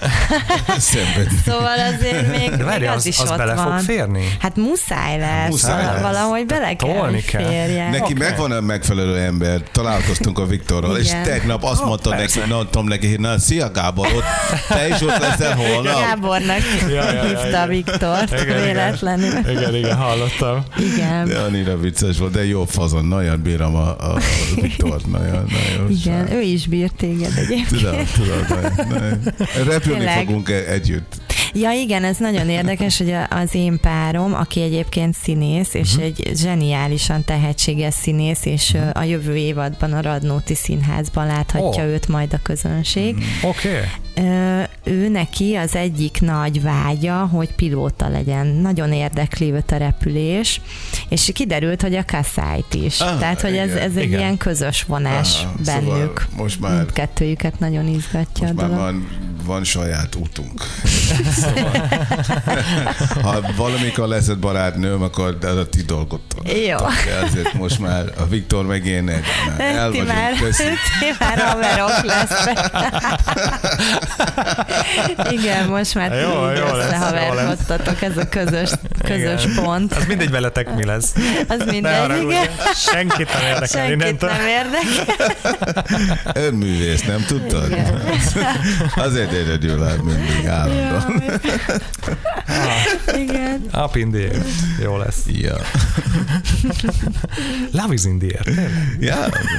S2: Szóval azért még az is ott
S1: bele
S2: van.
S1: Fog férni?
S2: Hát muszáj lesz. Valahogy bele kell, hogy férjen.
S3: Neki megvan a megfelelő ember. Találkoztunk a Viktorral, és tegnap azt mondta neki, na, szia Gábor, te is ott leszel holnap?
S2: Gábornak hívta a Viktort, véletlenül.
S1: Igen, hallottam.
S2: Igen.
S3: De annyira vicces volt, de jó fazon, nagyon bírom a Viktort, nagyon.
S2: Igen, ő is bír téged egyébként.
S3: Tudom. Repülni fogunk együtt.
S2: Ja igen, ez nagyon érdekes, hogy az én párom, aki egyébként színész, és egy zseniálisan tehetséges színész, és a jövő évadban a Radnóti Színházban láthatja őt majd a közönség.
S1: Oké.
S2: Ő neki az egyik nagy vágya, hogy pilóta legyen. Nagyon érdekli őt a repülés, és kiderült, hogy a Kasszályt is. Tehát, hogy ez egy ilyen közös vonás bennük. Szóval
S3: most már
S2: mindkettőjüket nagyon izgatja a dolog.
S3: Már van saját útunk. Szóval, ha valamikor leszed barátnőm, akkor a ti dolgotok.
S2: Jó.
S3: Ezért most már a Viktor meg én el vagyunk.
S2: Ti már haverok lesznek. Igen, most már ti összehaverkodtatok, ez a közös pont.
S1: Az mindegy veletek mi lesz.
S2: Az mindegy, igen.
S1: Senkit nem érdekel.
S2: Senkit nem érdekel.
S3: Önművész, nem tudtad? Igen. Azért egyedül át mindig állandóan.
S2: Igen.
S1: Up in the air. Jó lesz.
S3: Ja.
S1: Love is in the air.
S3: Ja.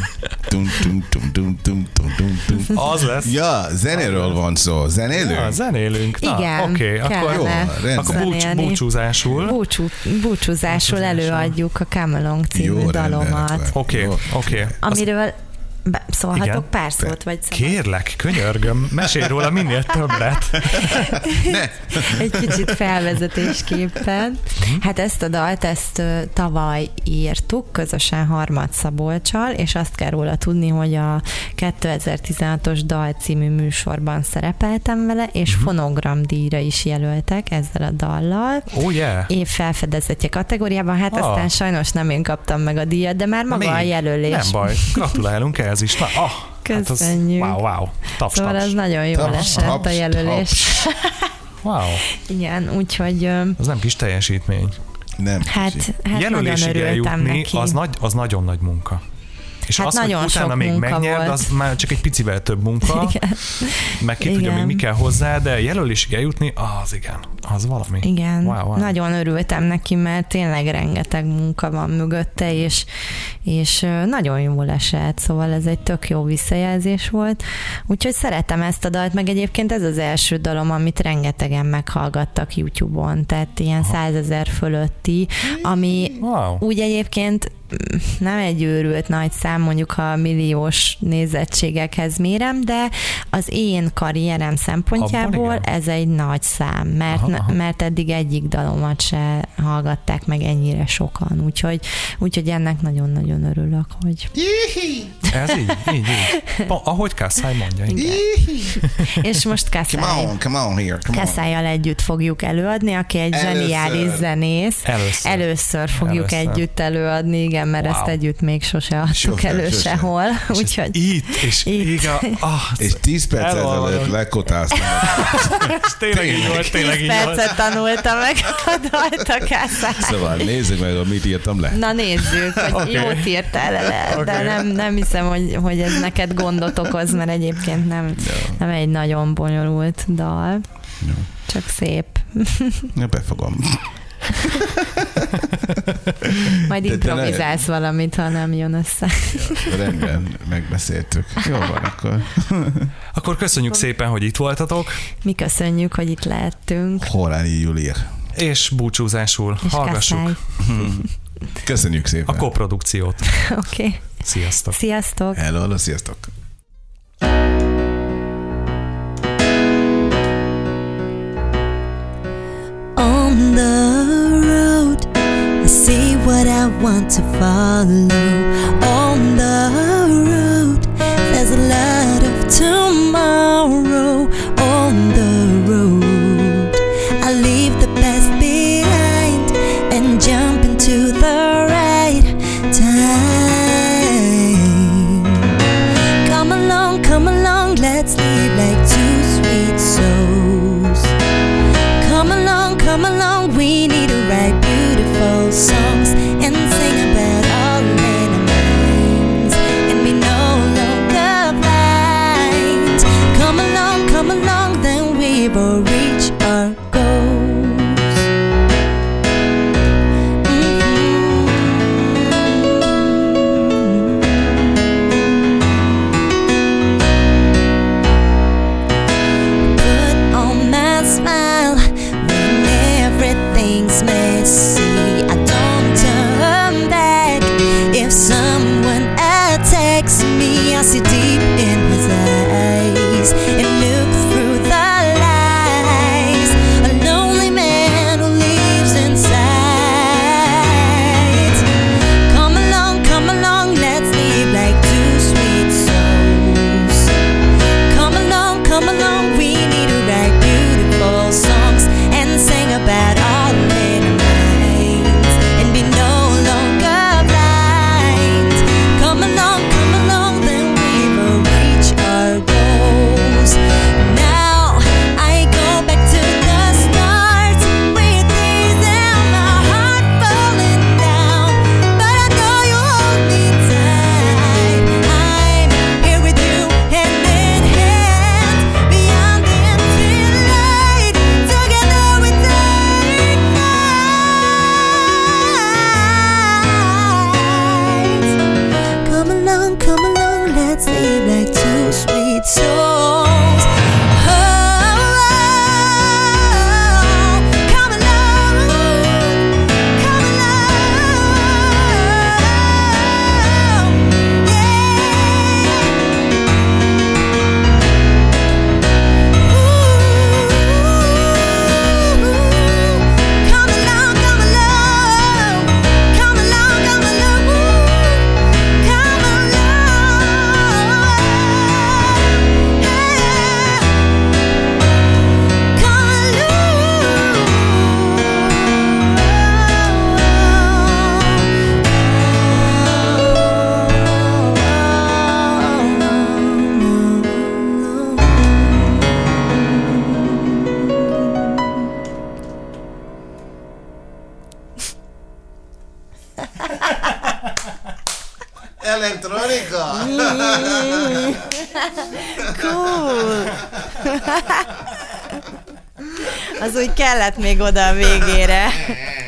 S1: Az lesz.
S3: Ja, zenéről van szó. Zenélünk?
S1: Ja, zenélünk. Na,
S2: igen,
S1: oké, akkor búcsúzásul.
S2: Búcsúzásul előadjuk a Come Along című dalomat.
S1: Oké.
S2: Amiről szólhatok pár szót, vagy szabad?
S1: Kérlek, könyörgöm, mesélj róla minél többet.
S2: Egy kicsit felvezetésképpen. Hát ezt a dalt, tavaly írtuk, közösen Harmad-Szabolccsal, és azt kell róla tudni, hogy a 2016-os Dal című műsorban szerepeltem vele, és fonogramdíjra is jelöltek ezzel a dallal.
S1: Oh yeah!
S2: Év felfedezetje kategóriában, hát aztán sajnos nem én kaptam meg a díjat, de már maga a jelölés.
S1: Nem baj, gratulálunk ez is. Na,
S2: köszönjük.
S1: Hát wow. Taps.
S2: Szóval ez nagyon jól esett a jelölés.
S1: Wow.
S2: Igen, úgyhogy...
S1: Az nem kis teljesítmény.
S3: Nem.
S2: Hát nagyon örültem neki.
S1: Az nagyon nagy munka. És
S2: hát
S1: az, hogy utána még megnyerd, az már csak egy picivel több munka, igen. Meg ki tudja, még mi kell hozzá, de jelölésig eljutni, az igen, az valami.
S2: Igen, wow. Nagyon örültem neki, mert tényleg rengeteg munka van mögötte, és nagyon jól esett, szóval ez egy tök jó visszajelzés volt. Úgyhogy szeretem ezt a dalt, meg egyébként ez az első dalom, amit rengetegen meghallgattak YouTube-on, tehát ilyen 100 000 fölötti, ami úgy egyébként nem egy őrült nagy szám, mondjuk ha milliós nézettségekhez mérem, de az én karrierem szempontjából ez egy nagy szám, mert eddig egyik dalomat se hallgatták meg ennyire sokan, úgyhogy ennek nagyon-nagyon örülök, hogy...
S1: Ez így. Ahogy Kassai mondja.
S2: És most Kassaival együtt fogjuk előadni, aki egy zseniális zenész. Először fogjuk együtt előadni, igen, mert ezt együtt még sose adtuk elő sehol. Úgyhogy
S1: itt.
S3: És 10 perc ezelőtt lekotáztam.
S1: Tényleg így volt.
S2: 10 percet tanulta meg a dalt a Kassai.
S3: Szóval nézzük meg, mit írtam le.
S2: Na nézzük, hogy jót írtál le, de nem hiszem, hogy ez neked gondot okoz, mert egyébként nem egy nagyon bonyolult dal. Csak szép.
S3: Befogom.
S2: Majd improvizálsz valamit, ha nem jön össze.
S3: Rendben, megbeszéltük. Jó van, akkor.
S1: Akkor köszönjük szépen, hogy itt voltatok.
S2: Mi köszönjük, hogy itt lehettünk.
S3: Horányi Júliér.
S1: És búcsúzásul és hallgassuk.
S3: Köszönjük szépen.
S1: A koprodukciót.
S2: Oké.
S1: Sziasztok.
S2: Sziasztok.
S3: Hello, sziasztok.
S4: On the road, I see what I want to follow. On the road, there's a lot of tomorrow. On the road, I leave the past behind and jump into the right time. Come along, let's live like two sweet souls. Come along, we need to write beautiful songs and sing about all in our minds and be no longer blind. Come along, then we will reach our goals. Put on my smile when
S3: Elektronika!
S2: Cool! Az úgy kellett még oda a végére.